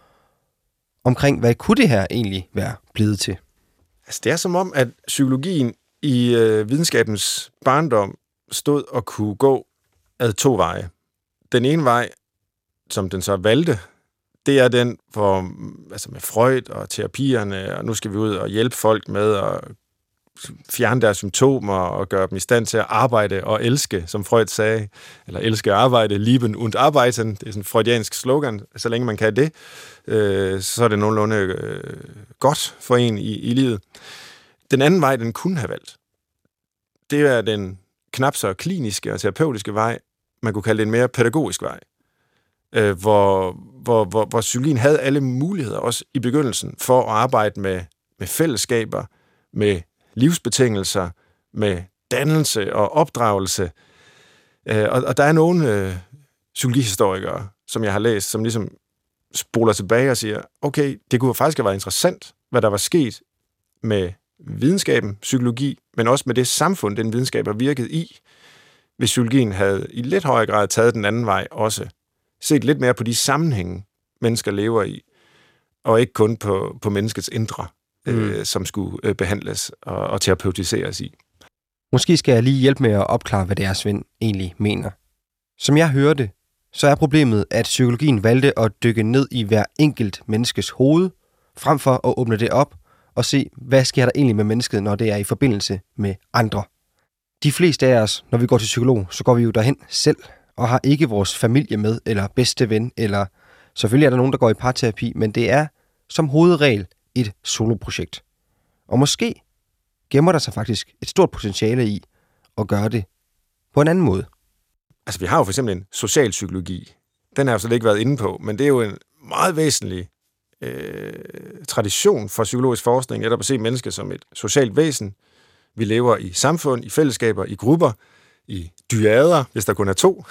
omkring, hvad kunne det her egentlig være blevet til? Altså, det er som om, at psykologien i øh, videnskabens barndom stod og kunne gå ad to veje. Den ene vej, som den så valgte, det er den, hvor altså med Freud og terapierne, og nu skal vi ud og hjælpe folk med at fjerne deres symptomer og gøre dem i stand til at arbejde og elske, som Freud sagde, eller elske og arbejde, lieben und arbeiten, det er sådan en freudiansk slogan, så længe man kan det, øh, så er det nogenlunde øh, godt for en i, i livet. Den anden vej, den kunne have valgt, det er den knap så kliniske og terapeutiske vej, man kunne kalde det en mere pædagogisk vej, øh, hvor, hvor, hvor, hvor psykologien havde alle muligheder, også i begyndelsen, for at arbejde med, med fællesskaber, med livsbetingelser, med dannelse og opdragelse. Øh, og, og der er nogle øh, psykologihistorikere, som jeg har læst, som ligesom spoler tilbage og siger, okay, det kunne faktisk have været interessant, hvad der var sket med videnskaben, psykologi, men også med det samfund, den videnskab har virket i, hvis psykologien havde i lidt højere grad taget den anden vej også. Set lidt mere på de sammenhænge, mennesker lever i, og ikke kun på, på menneskets indre, mm. øh, som skulle øh, behandles og, og terapeutiseres i. Måske skal jeg lige hjælpe med at opklare, hvad det er, Svend egentlig mener. Som jeg hører det, så er problemet, at psykologien valgte at dykke ned i hver enkelt menneskes hoved, frem for at åbne det op og se, hvad sker der egentlig med mennesket, når det er i forbindelse med andre. De fleste af os, når vi går til psykolog, så går vi jo derhen selv, og har ikke vores familie med, eller bedste ven, eller selvfølgelig er der nogen, der går i parterapi, men det er som hovedregel et soloprojekt. Og måske gemmer der sig faktisk et stort potentiale i at gøre det på en anden måde. Altså, vi har jo for eksempel en socialpsykologi. Den har jeg jo slet ikke været inde på, men det er jo en meget væsentlig øh, tradition for psykologisk forskning, netop at se mennesker som et socialt væsen. Vi lever i samfund, i fællesskaber, i grupper, i dyader, hvis der kun er to.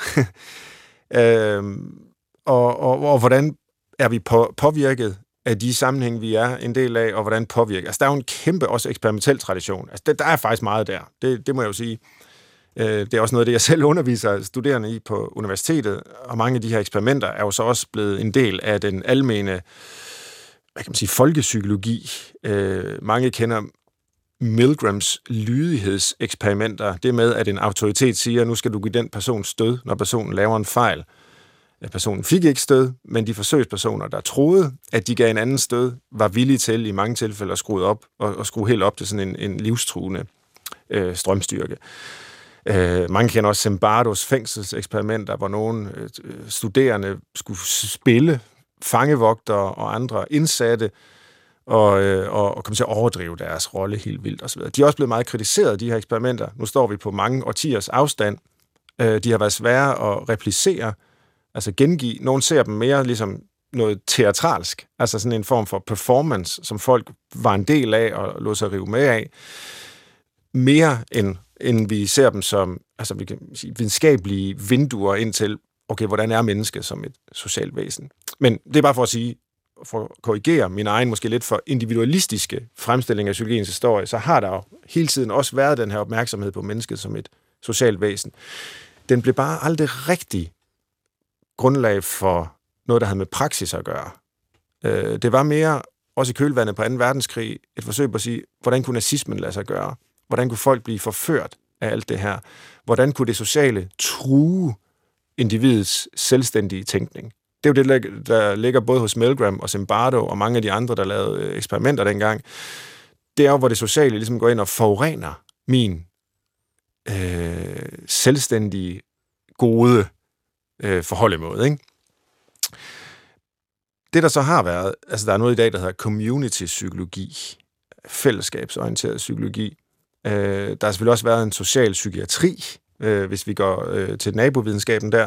øhm, og, og, og hvordan er vi på, påvirket af de sammenhæng, vi er en del af, og hvordan påvirker. Altså, der er jo en kæmpe også eksperimentel tradition. Altså, det, der er faktisk meget der. Det, det må jeg jo sige. Øh, det er også noget af det, jeg selv underviser studerende i på universitetet, og mange af de her eksperimenter er jo så også blevet en del af den almene, hvad kan man sige, folkepsykologi. Øh, mange kender Milgrams lydighedseksperimenter. Det med, at en autoritet siger, nu skal du give den person stød, når personen laver en fejl. Personen fik ikke stød, men de forsøgspersoner, der troede, at de gav en anden stød, var villige til i mange tilfælde at skrue op og, og skrue helt op til sådan en, en livstruende øh, strømstyrke. Øh, mange kender også Zimbardos fængselseksperimenter, hvor nogle øh, studerende skulle spille fangevogtere og andre indsatte, og, øh, og, og komme til at overdrive deres rolle helt vildt osv. De er også blevet meget kritiseret, de her eksperimenter. Nu står vi på mange årtiers afstand. Øh, de har været svære at replicere, altså gengive. Nogle ser dem mere ligesom noget teatralsk, altså sådan en form for performance, som folk var en del af og lod sig rive med af, mere end, end vi ser dem som altså vi kan sige, videnskabelige vinduer ind til, okay, hvordan er mennesket som et socialt væsen. Men det er bare for at sige, for at korrigere min egen måske lidt for individualistiske fremstilling af psykologiens historie, så har der jo hele tiden også været den her opmærksomhed på mennesket som et socialt væsen. Den blev bare aldrig rigtig grundlag for noget, der havde med praksis at gøre. Det var mere, også i kølvandet på anden verdenskrig, et forsøg på at sige, hvordan kunne nazismen lade sig gøre? Hvordan kunne folk blive forført af alt det her? Hvordan kunne det sociale true individets selvstændige tænkning? Det er jo det, der ligger både hos Milgram og Zimbardo og mange af de andre, der lavede eksperimenter dengang. Det er jo, hvor det sociale ligesom går ind og forurener min øh, selvstændige, gode øh, forholdemåde, ikke? Det, der så har været, altså der er noget i dag, der hedder community-psykologi, fællesskabsorienteret psykologi. Øh, der har selvfølgelig også været en social psykiatri, øh, hvis vi går øh, til nabovidenskaben der,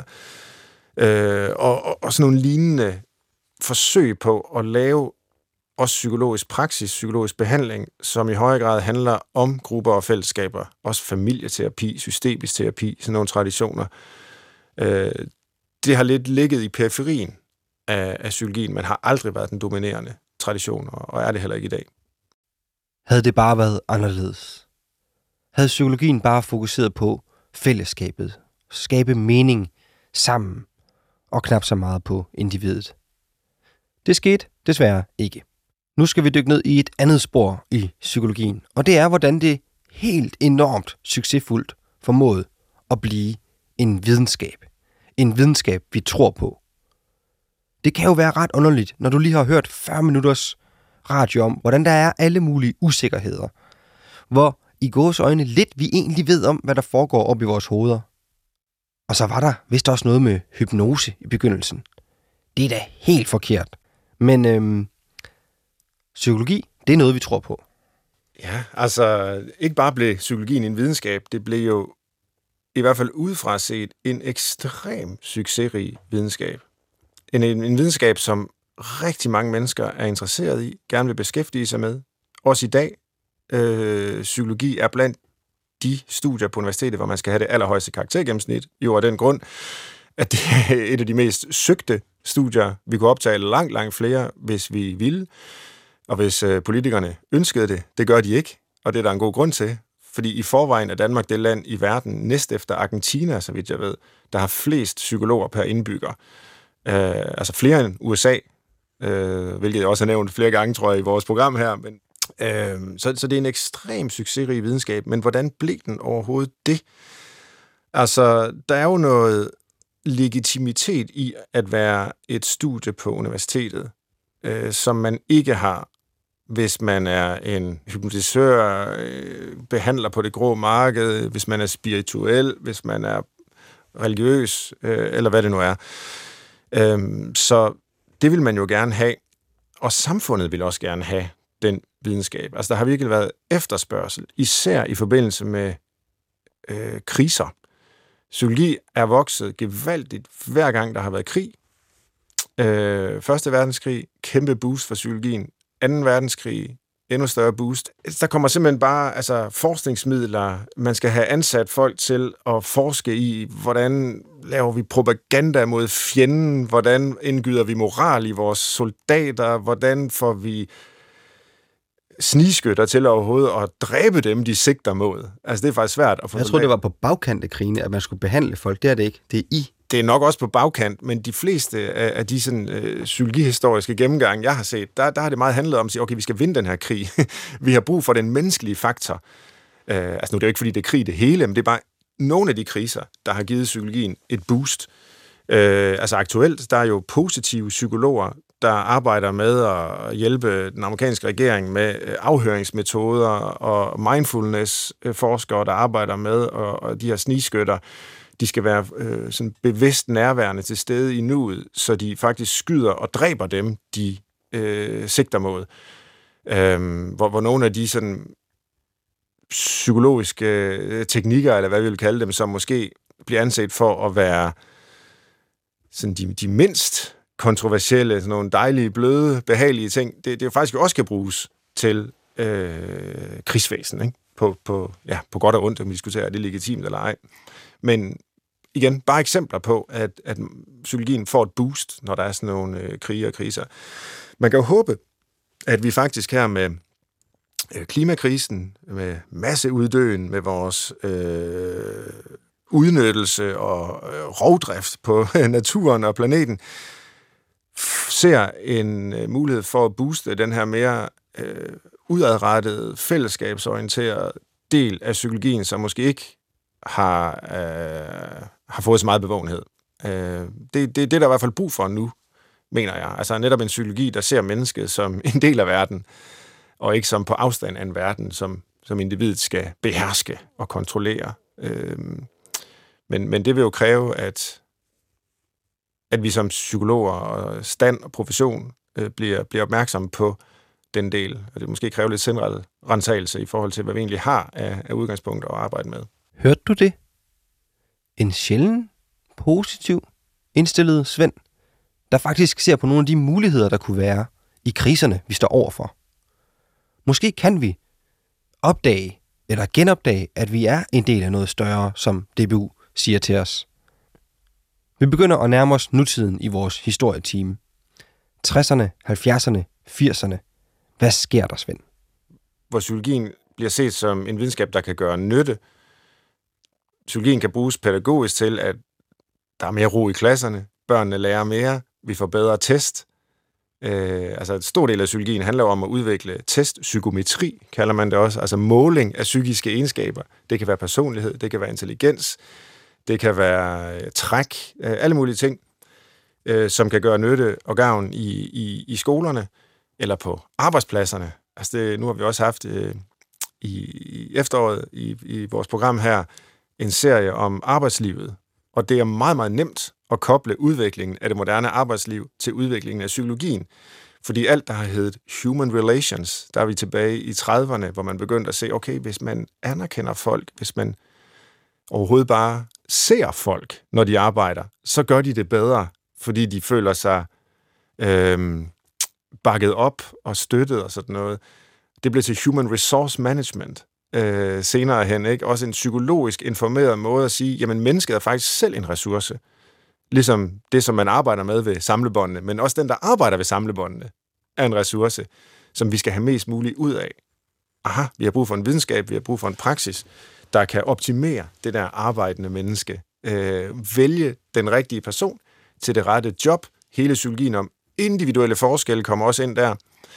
øh, og, og, og sådan nogle lignende forsøg på at lave også psykologisk praksis, psykologisk behandling, som i højere grad handler om grupper og fællesskaber, også familieterapi, systemisk terapi, sådan nogle traditioner. Øh, det har lidt ligget i periferien af, af psykologien, men har aldrig været den dominerende tradition, og er det heller ikke i dag. Havde det bare været anderledes? Havde psykologien bare fokuseret på fællesskabet, skabe mening sammen, og knap så meget på individet? Det skete desværre ikke. Nu skal vi dykke ned i et andet spor i psykologien, og det er, hvordan det helt enormt succesfuldt formåede at blive en videnskab. En videnskab, vi tror på. Det kan jo være ret underligt, når du lige har hørt fyrre minutters radio om, hvordan der er alle mulige usikkerheder. Hvor i gåseøjne lidt vi egentlig ved om, hvad der foregår op i vores hoveder. Og så var der vist også noget med hypnose i begyndelsen. Det er da helt forkert. Men øhm, psykologi, det er noget, vi tror på. Ja, altså ikke bare blev psykologien en videnskab, det blev jo i hvert fald udefra set en ekstrem succesrig videnskab. En, en, en videnskab, som rigtig mange mennesker er interesseret i, gerne vil beskæftige sig med. Også i dag, øh, psykologi er blandt de studier på universitetet, hvor man skal have det allerhøjeste karaktergennemsnit, jo af den grund, at det er et af de mest søgte studier. Vi kunne optage langt, langt flere, hvis vi ville, og hvis øh, politikerne ønskede det. Det gør de ikke, og det er der en god grund til, fordi i forvejen er Danmark det land i verden, næst efter Argentina, så vidt jeg ved, der har flest psykologer per indbygger. Øh, altså flere end U S A, øh, hvilket jeg også har nævnt flere gange, tror jeg, i vores program her. Men, øh, så, så det er en ekstrem succesrig videnskab, men hvordan blev den overhovedet det? Altså, der er jo noget legitimitet i at være et studie på universitetet, øh, som man ikke har, hvis man er en hypnotisør, øh, behandler på det grå marked, hvis man er spirituel, hvis man er religiøs, øh, eller hvad det nu er. Øhm, så det vil man jo gerne have, og samfundet vil også gerne have den videnskab. Altså der har virkelig været efterspørgsel, især i forbindelse med øh, kriser. Psykologi er vokset gevaldigt hver gang, der har været krig. Øh, Første verdenskrig, kæmpe boost for psykologien. Anden verdenskrig, endnu større boost. Der kommer simpelthen bare altså, forskningsmidler. Man skal have ansat folk til at forske i, hvordan laver vi propaganda mod fjenden, hvordan indgyder vi moral i vores soldater, hvordan får vi snigskytter til overhovedet at dræbe dem, de sigter mod. Altså, det er faktisk svært at få. Jeg tror, det var på bagkant af krigene, at man skulle behandle folk. Det er det ikke. Det er i det er nok også på bagkant, men de fleste af, af de sådan, øh, psykologihistoriske gennemgange, jeg har set, der, der har det meget handlet om at sige, okay, vi skal vinde den her krig. Vi har brug for den menneskelige faktor. Øh, altså nu det er jo ikke, fordi det er krig det hele, men det er bare nogle af de kriser, der har givet psykologien et boost. Øh, altså aktuelt, der er jo positive psykologer, der arbejder med at hjælpe den amerikanske regering med afhøringsmetoder, og mindfulness-forskere, der arbejder med, og, og de her snigskytter, de skal være øh, sådan bevidst nærværende til stede i nuet, så de faktisk skyder og dræber dem, de øh, sigter mod. Øh, hvor, hvor nogle af de sådan psykologiske teknikker, eller hvad vi vil kalde dem, som måske bliver anset for at være sådan de, de mindst kontroversielle, sådan nogle dejlige, bløde, behagelige ting, det, det jo faktisk også kan bruges til øh, krigsvæsen, ikke? På, på, ja, på godt og ondt, om vi diskuterer, er det legitimt eller ej. Men igen, bare eksempler på, at, at psykologien får et boost, når der er sådan nogle øh, krige og kriser. Man kan jo håbe, at vi faktisk her med øh, klimakrisen, med masseuddøen, med vores øh, udnyttelse og øh, rovdrift på naturen og planeten, ser en øh, mulighed for at booste den her mere øh, udadrettede, fællesskabsorienterede del af psykologien, som måske ikke har, øh, har fået så meget bevågenhed. Øh, det, det, det er der i hvert fald brug for nu, mener jeg. Altså netop en psykologi, der ser mennesket som en del af verden, og ikke som på afstand af en verden, som, som individet skal beherske og kontrollere. Øh, men, men det vil jo kræve, at at vi som psykologer og stand og profession øh, bliver, bliver opmærksomme på den del, og det måske kræver lidt sindrensagelse i forhold til, hvad vi egentlig har af, af udgangspunkter at arbejde med. Hørte du det? En sjælden, positiv, indstillet Svend, der faktisk ser på nogle af de muligheder, der kunne være i kriserne, vi står overfor. Måske kan vi opdage eller genopdage, at vi er en del af noget større, som D B U siger til os. Vi begynder at nærme os nutiden i vores historieteam. tresserne, halvfjerdserne, firserne. Hvad sker der, Svend? Hvor psykologien bliver set som en videnskab, der kan gøre nytte. Psykologien kan bruges pædagogisk til, at der er mere ro i klasserne, børnene lærer mere, vi får bedre test. Øh, altså en stor del af psykologien handler om at udvikle testpsykometri, kalder man det også, altså måling af psykiske egenskaber. Det kan være personlighed, det kan være intelligens, det kan være træk, alle mulige ting, øh, som kan gøre nytte og gavn i, i, i skolerne eller på arbejdspladserne. Altså det, nu har vi også haft øh, i, i efteråret i, i vores program her en serie om arbejdslivet, og det er meget, meget nemt at koble udviklingen af det moderne arbejdsliv til udviklingen af psykologien. Fordi alt, der har heddet human relations, der er vi tilbage i trediverne, hvor man begyndte at se, okay, hvis man anerkender folk, hvis man overhovedet bare ser folk, når de arbejder, så gør de det bedre, fordi de føler sig øh, bakket op og støttet og sådan noget. Det blev til human resource management øh, senere hen, ikke? Også en psykologisk informeret måde at sige, jamen mennesket er faktisk selv en ressource. Ligesom det, som man arbejder med ved samlebåndene, men også den, der arbejder ved samlebåndene, er en ressource, som vi skal have mest muligt ud af. Aha, vi har brug for en videnskab, vi har brug for en praksis, der kan optimere det der arbejdende menneske. Øh, vælge den rigtige person til det rette job. Hele psykologien om individuelle forskelle kommer også ind der.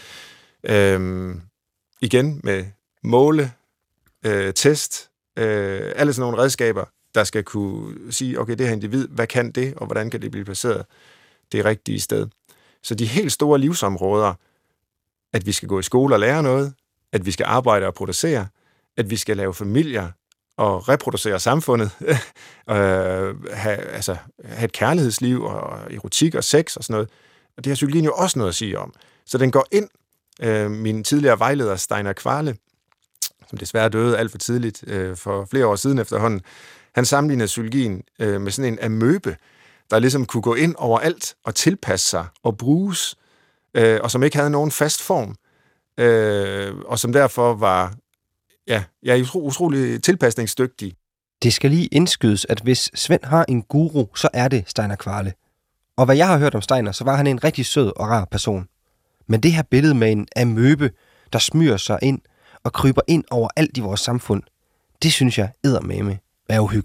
Øh, igen med måle, øh, test, øh, alle sådan nogle redskaber, der skal kunne sige, okay, det her individ, hvad kan det, og hvordan kan det blive placeret det rigtige sted. Så de helt store livsområder, at vi skal gå i skole og lære noget, at vi skal arbejde og producere, at vi skal lave familier og reproducere samfundet, øh, have, altså, have et kærlighedsliv og erotik og sex og sådan noget. Og det har psykologien jo også noget at sige om. Så den går ind. Øh, min tidligere vejleder, Steinar Kvale, som desværre døde alt for tidligt øh, for flere år siden efterhånden, han sammenlignede psykologien øh, med sådan en amøbe, der ligesom kunne gå ind overalt og tilpasse sig og bruges, øh, og som ikke havde nogen fast form, øh, og som derfor var ja, jeg er utro, utrolig tilpasningsdygtig. Det skal lige indskydes, at hvis Svend har en guru, så er det Steinar Kvale. Og hvad jeg har hørt om Steinar, så var han en rigtig sød og rar person. Men det her billede med en amøbe, der smyrer sig ind og kryber ind over alt i vores samfund, det synes jeg eddermame er uhyggeligt.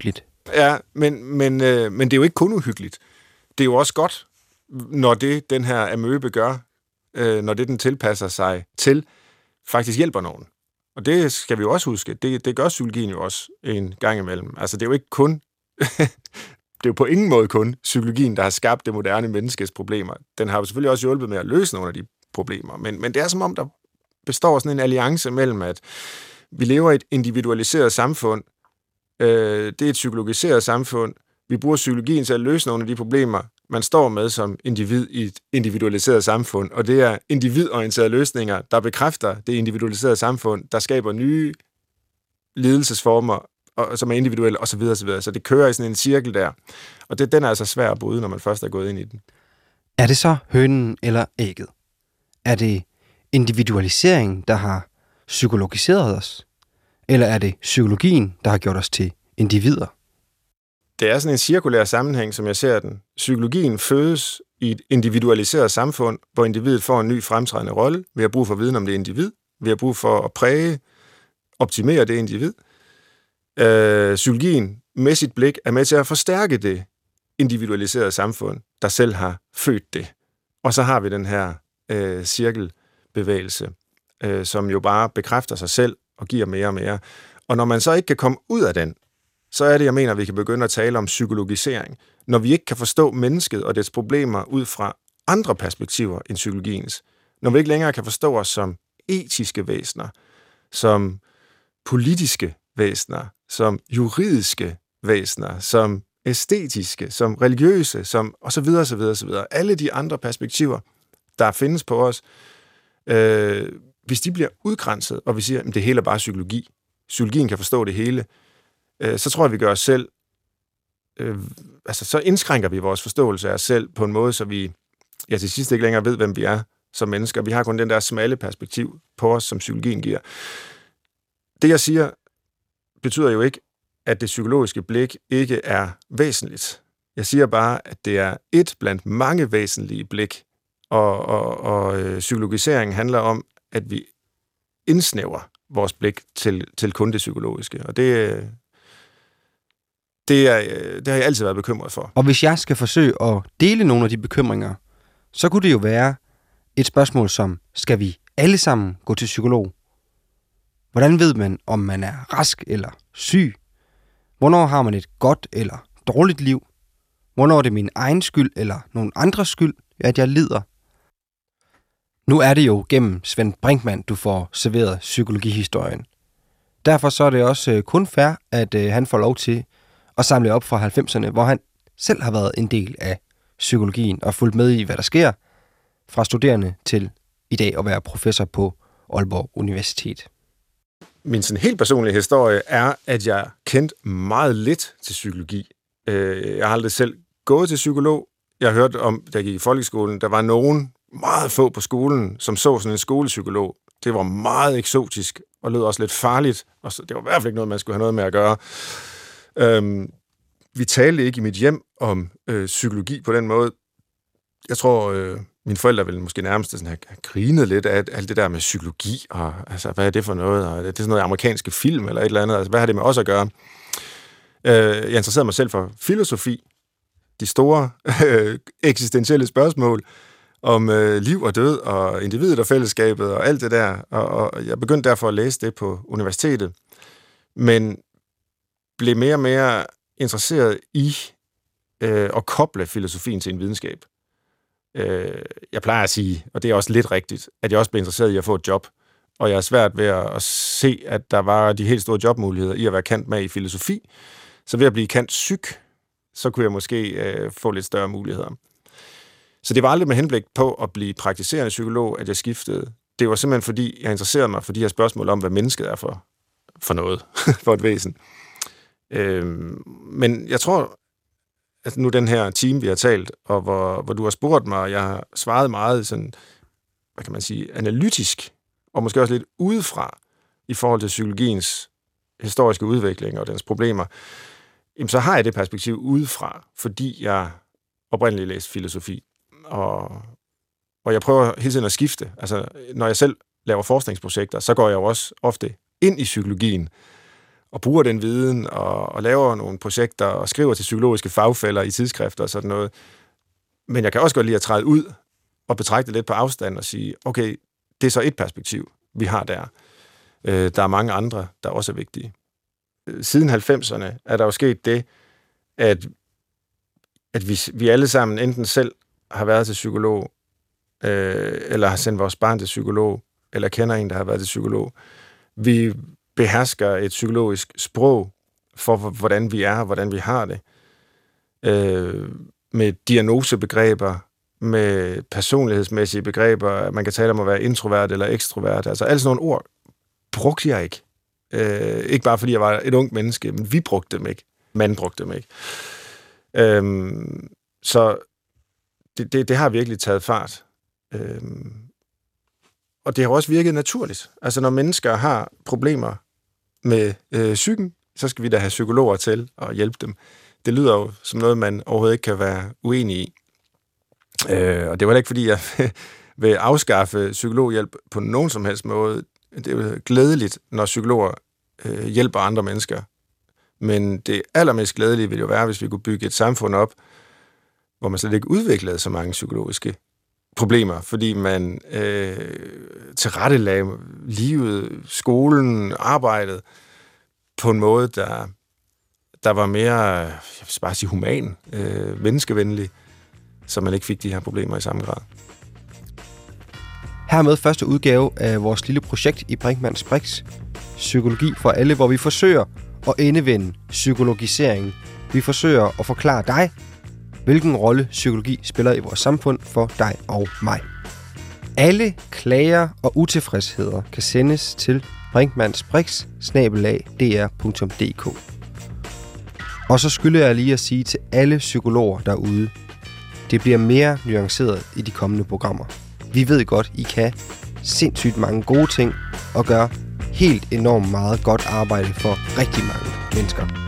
Ja, men, men, øh, men det er jo ikke kun uhyggeligt. Det er jo også godt, når det, den her amøbe gør, øh, når det, den tilpasser sig til, faktisk hjælper nogen. Og det skal vi jo også huske. Det, det gør psykologien jo også en gang imellem. Altså, det er jo ikke kun... det er jo på ingen måde kun psykologien, der har skabt det moderne menneskes problemer. Den har jo selvfølgelig også hjulpet med at løse nogle af de problemer. Men, men det er som om, der består sådan en alliance mellem, at vi lever i et individualiseret samfund. Øh, det er et psykologiseret samfund. Vi bruger psykologien til at løse nogle af de problemer, man står med som individ i et individualiseret samfund. Og det er individorienterede løsninger, der bekræfter det individualiserede samfund, der skaber nye lidelsesformer, og, som er individuelle, osv. osv. Så det kører i sådan en cirkel der. Og det, den er altså svær at bryde, når man først er gået ind i den. Er det så hønen eller ægget? Er det individualisering, der har psykologiseret os? Eller er det psykologien, der har gjort os til individer? Det er sådan en cirkulær sammenhæng, som jeg ser den. Psykologien fødes i et individualiseret samfund, hvor individet får en ny fremtrædende rolle. Vi har brug for viden om det individ. Vi har brug for at præge, optimere det individ. Øh, psykologien med sit blik er med til at forstærke det individualiserede samfund, der selv har født det. Og så har vi den her øh, cirkelbevægelse, øh, som jo bare bekræfter sig selv og giver mere og mere. Og når man så ikke kan komme ud af den, så er det, jeg mener, at vi kan begynde at tale om psykologisering. Når vi ikke kan forstå mennesket og dets problemer ud fra andre perspektiver end psykologiens. Når vi ikke længere kan forstå os som etiske væsener, som politiske væsener, som juridiske væsener, som æstetiske, som religiøse, som og så videre, og så videre, og så videre. Alle de andre perspektiver, der findes på os, øh, hvis de bliver udgrænset, og vi siger, at det hele er bare psykologi, psykologien kan forstå det hele, øh, så tror jeg, vi gør os selv, øh, altså så indskrænker vi vores forståelse af os selv på en måde, så vi ja, til sidst ikke længere ved, hvem vi er som mennesker. Vi har kun den der smalle perspektiv på os, som psykologien giver. Det, jeg siger, betyder jo ikke, at det psykologiske blik ikke er væsentligt. Jeg siger bare, at det er et blandt mange væsentlige blik, og, og, og øh, psykologisering handler om, at vi indsnæver vores blik til, til kun det psykologiske. Og det, det, er, det har jeg altid været bekymret for. Og hvis jeg skal forsøge at dele nogle af de bekymringer, så kunne det jo være et spørgsmål som, skal vi alle sammen gå til psykolog? Hvordan ved man, om man er rask eller syg? Hvornår har man et godt eller dårligt liv? Hvornår er det min egen skyld eller nogen andres skyld, at jeg lider? Nu er det jo gennem Svend Brinkmann, du får serveret psykologihistorien. Derfor så er det også kun fair, at han får lov til at samle op fra halvfemserne, hvor han selv har været en del af psykologien og fulgt med i, hvad der sker, fra studerende til i dag at være professor på Aalborg Universitet. Min sådan helt personlige historie er, at jeg kendte meget lidt til psykologi. Jeg har aldrig selv gået til psykolog. Jeg har hørt om, da jeg gik i folkeskolen, der var nogen, meget få på skolen, som så sådan en skolepsykolog. Det var meget eksotisk og lød også lidt farligt, og så, det var i hvert fald ikke noget, man skulle have noget med at gøre. Øhm, vi talte ikke i mit hjem om øh, psykologi på den måde. Jeg tror, øh, mine forældre ville måske nærmest sådan have grinet lidt af alt det der med psykologi, og altså, hvad er det for noget? Og det er sådan noget amerikanske film eller et eller andet. Altså, hvad har det med os at gøre? Øh, jeg interesserede mig selv for filosofi, de store øh, eksistentielle spørgsmål om øh, liv og død og individet og fællesskabet og alt det der. Og, og jeg begyndte derfor at læse det på universitetet, men blev mere og mere interesseret i øh, at koble filosofien til en videnskab. Øh, jeg plejer at sige, og det er også lidt rigtigt, at jeg også blev interesseret i at få et job, og jeg er svært ved at, at se, at der var de helt store jobmuligheder i at være kendt med i filosofi. Så ved at blive kendt psyk, så kunne jeg måske øh, få lidt større muligheder. Så det var aldrig med henblik på at blive praktiserende psykolog, at jeg skiftede. Det var simpelthen fordi, jeg interesserede mig for de her spørgsmål om, hvad mennesket er for, for noget, for et væsen. Øhm, men jeg tror, at nu den her time, vi har talt, og hvor, hvor du har spurgt mig, og jeg har svaret meget sådan, hvad kan man sige, analytisk, og måske også lidt udefra, i forhold til psykologiens historiske udvikling og dens problemer, jamen, så har jeg det perspektiv udefra, fordi jeg oprindeligt læste filosofi. Og, og jeg prøver hele tiden at skifte. Altså, når jeg selv laver forskningsprojekter, så går jeg jo også ofte ind i psykologien, og bruger den viden, og, og laver nogle projekter, og skriver til psykologiske fagfælder i tidsskrifter og sådan noget. Men jeg kan også godt lide at træde ud, og betragte lidt på afstand, og sige, okay, det er så et perspektiv, vi har der. Øh, der er mange andre, der også er vigtige. Siden halvfemserne er der jo sket det, at, at vi, vi alle sammen enten selv har været til psykolog, øh, eller har sendt vores barn til psykolog, eller kender en, der har været til psykolog. Vi behersker et psykologisk sprog for, hvordan vi er, og hvordan vi har det. Øh, med diagnosebegreber, med personlighedsmæssige begreber. Man kan tale om at være introvert eller ekstrovert. Altså alle sådan nogle ord brugte jeg ikke. Øh, ikke bare fordi jeg var et ungt menneske, men vi brugte dem ikke. Man brugte dem ikke. Øh, så det, det, det har virkelig taget fart. Øh, og det har også virket naturligt. Altså når mennesker har problemer med øh, psyken, så skal vi da have psykologer til at hjælpe dem. Det lyder jo som noget, man overhovedet ikke kan være uenig i. Øh, og det var da ikke, fordi jeg vil afskaffe psykologhjælp på nogen som helst måde. Det er jo glædeligt, når psykologer øh, hjælper andre mennesker. Men det allermest glædelige ville jo være, hvis vi kunne bygge et samfund op, hvor man slet ikke udviklede så mange psykologiske problemer, fordi man øh, tilrettelagde livet, skolen, arbejdet på en måde, der, der var mere, jeg vil bare sige human, øh, menneskevenlig, så man ikke fik de her problemer i samme grad. Hermed første udgave af vores lille projekt i Brinkmanns Brix, Psykologi for alle, hvor vi forsøger at endevende psykologiseringen. Vi forsøger at forklare dig, hvilken rolle psykologi spiller i vores samfund for dig og mig. Alle klager og utilfredsheder kan sendes til brinkmannsbrix bindestreg d r punktum d k. Og så skylder jeg lige at sige til alle psykologer derude, det bliver mere nuanceret i de kommende programmer. Vi ved godt, I kan sindssygt mange gode ting og gør helt enormt meget godt arbejde for rigtig mange mennesker.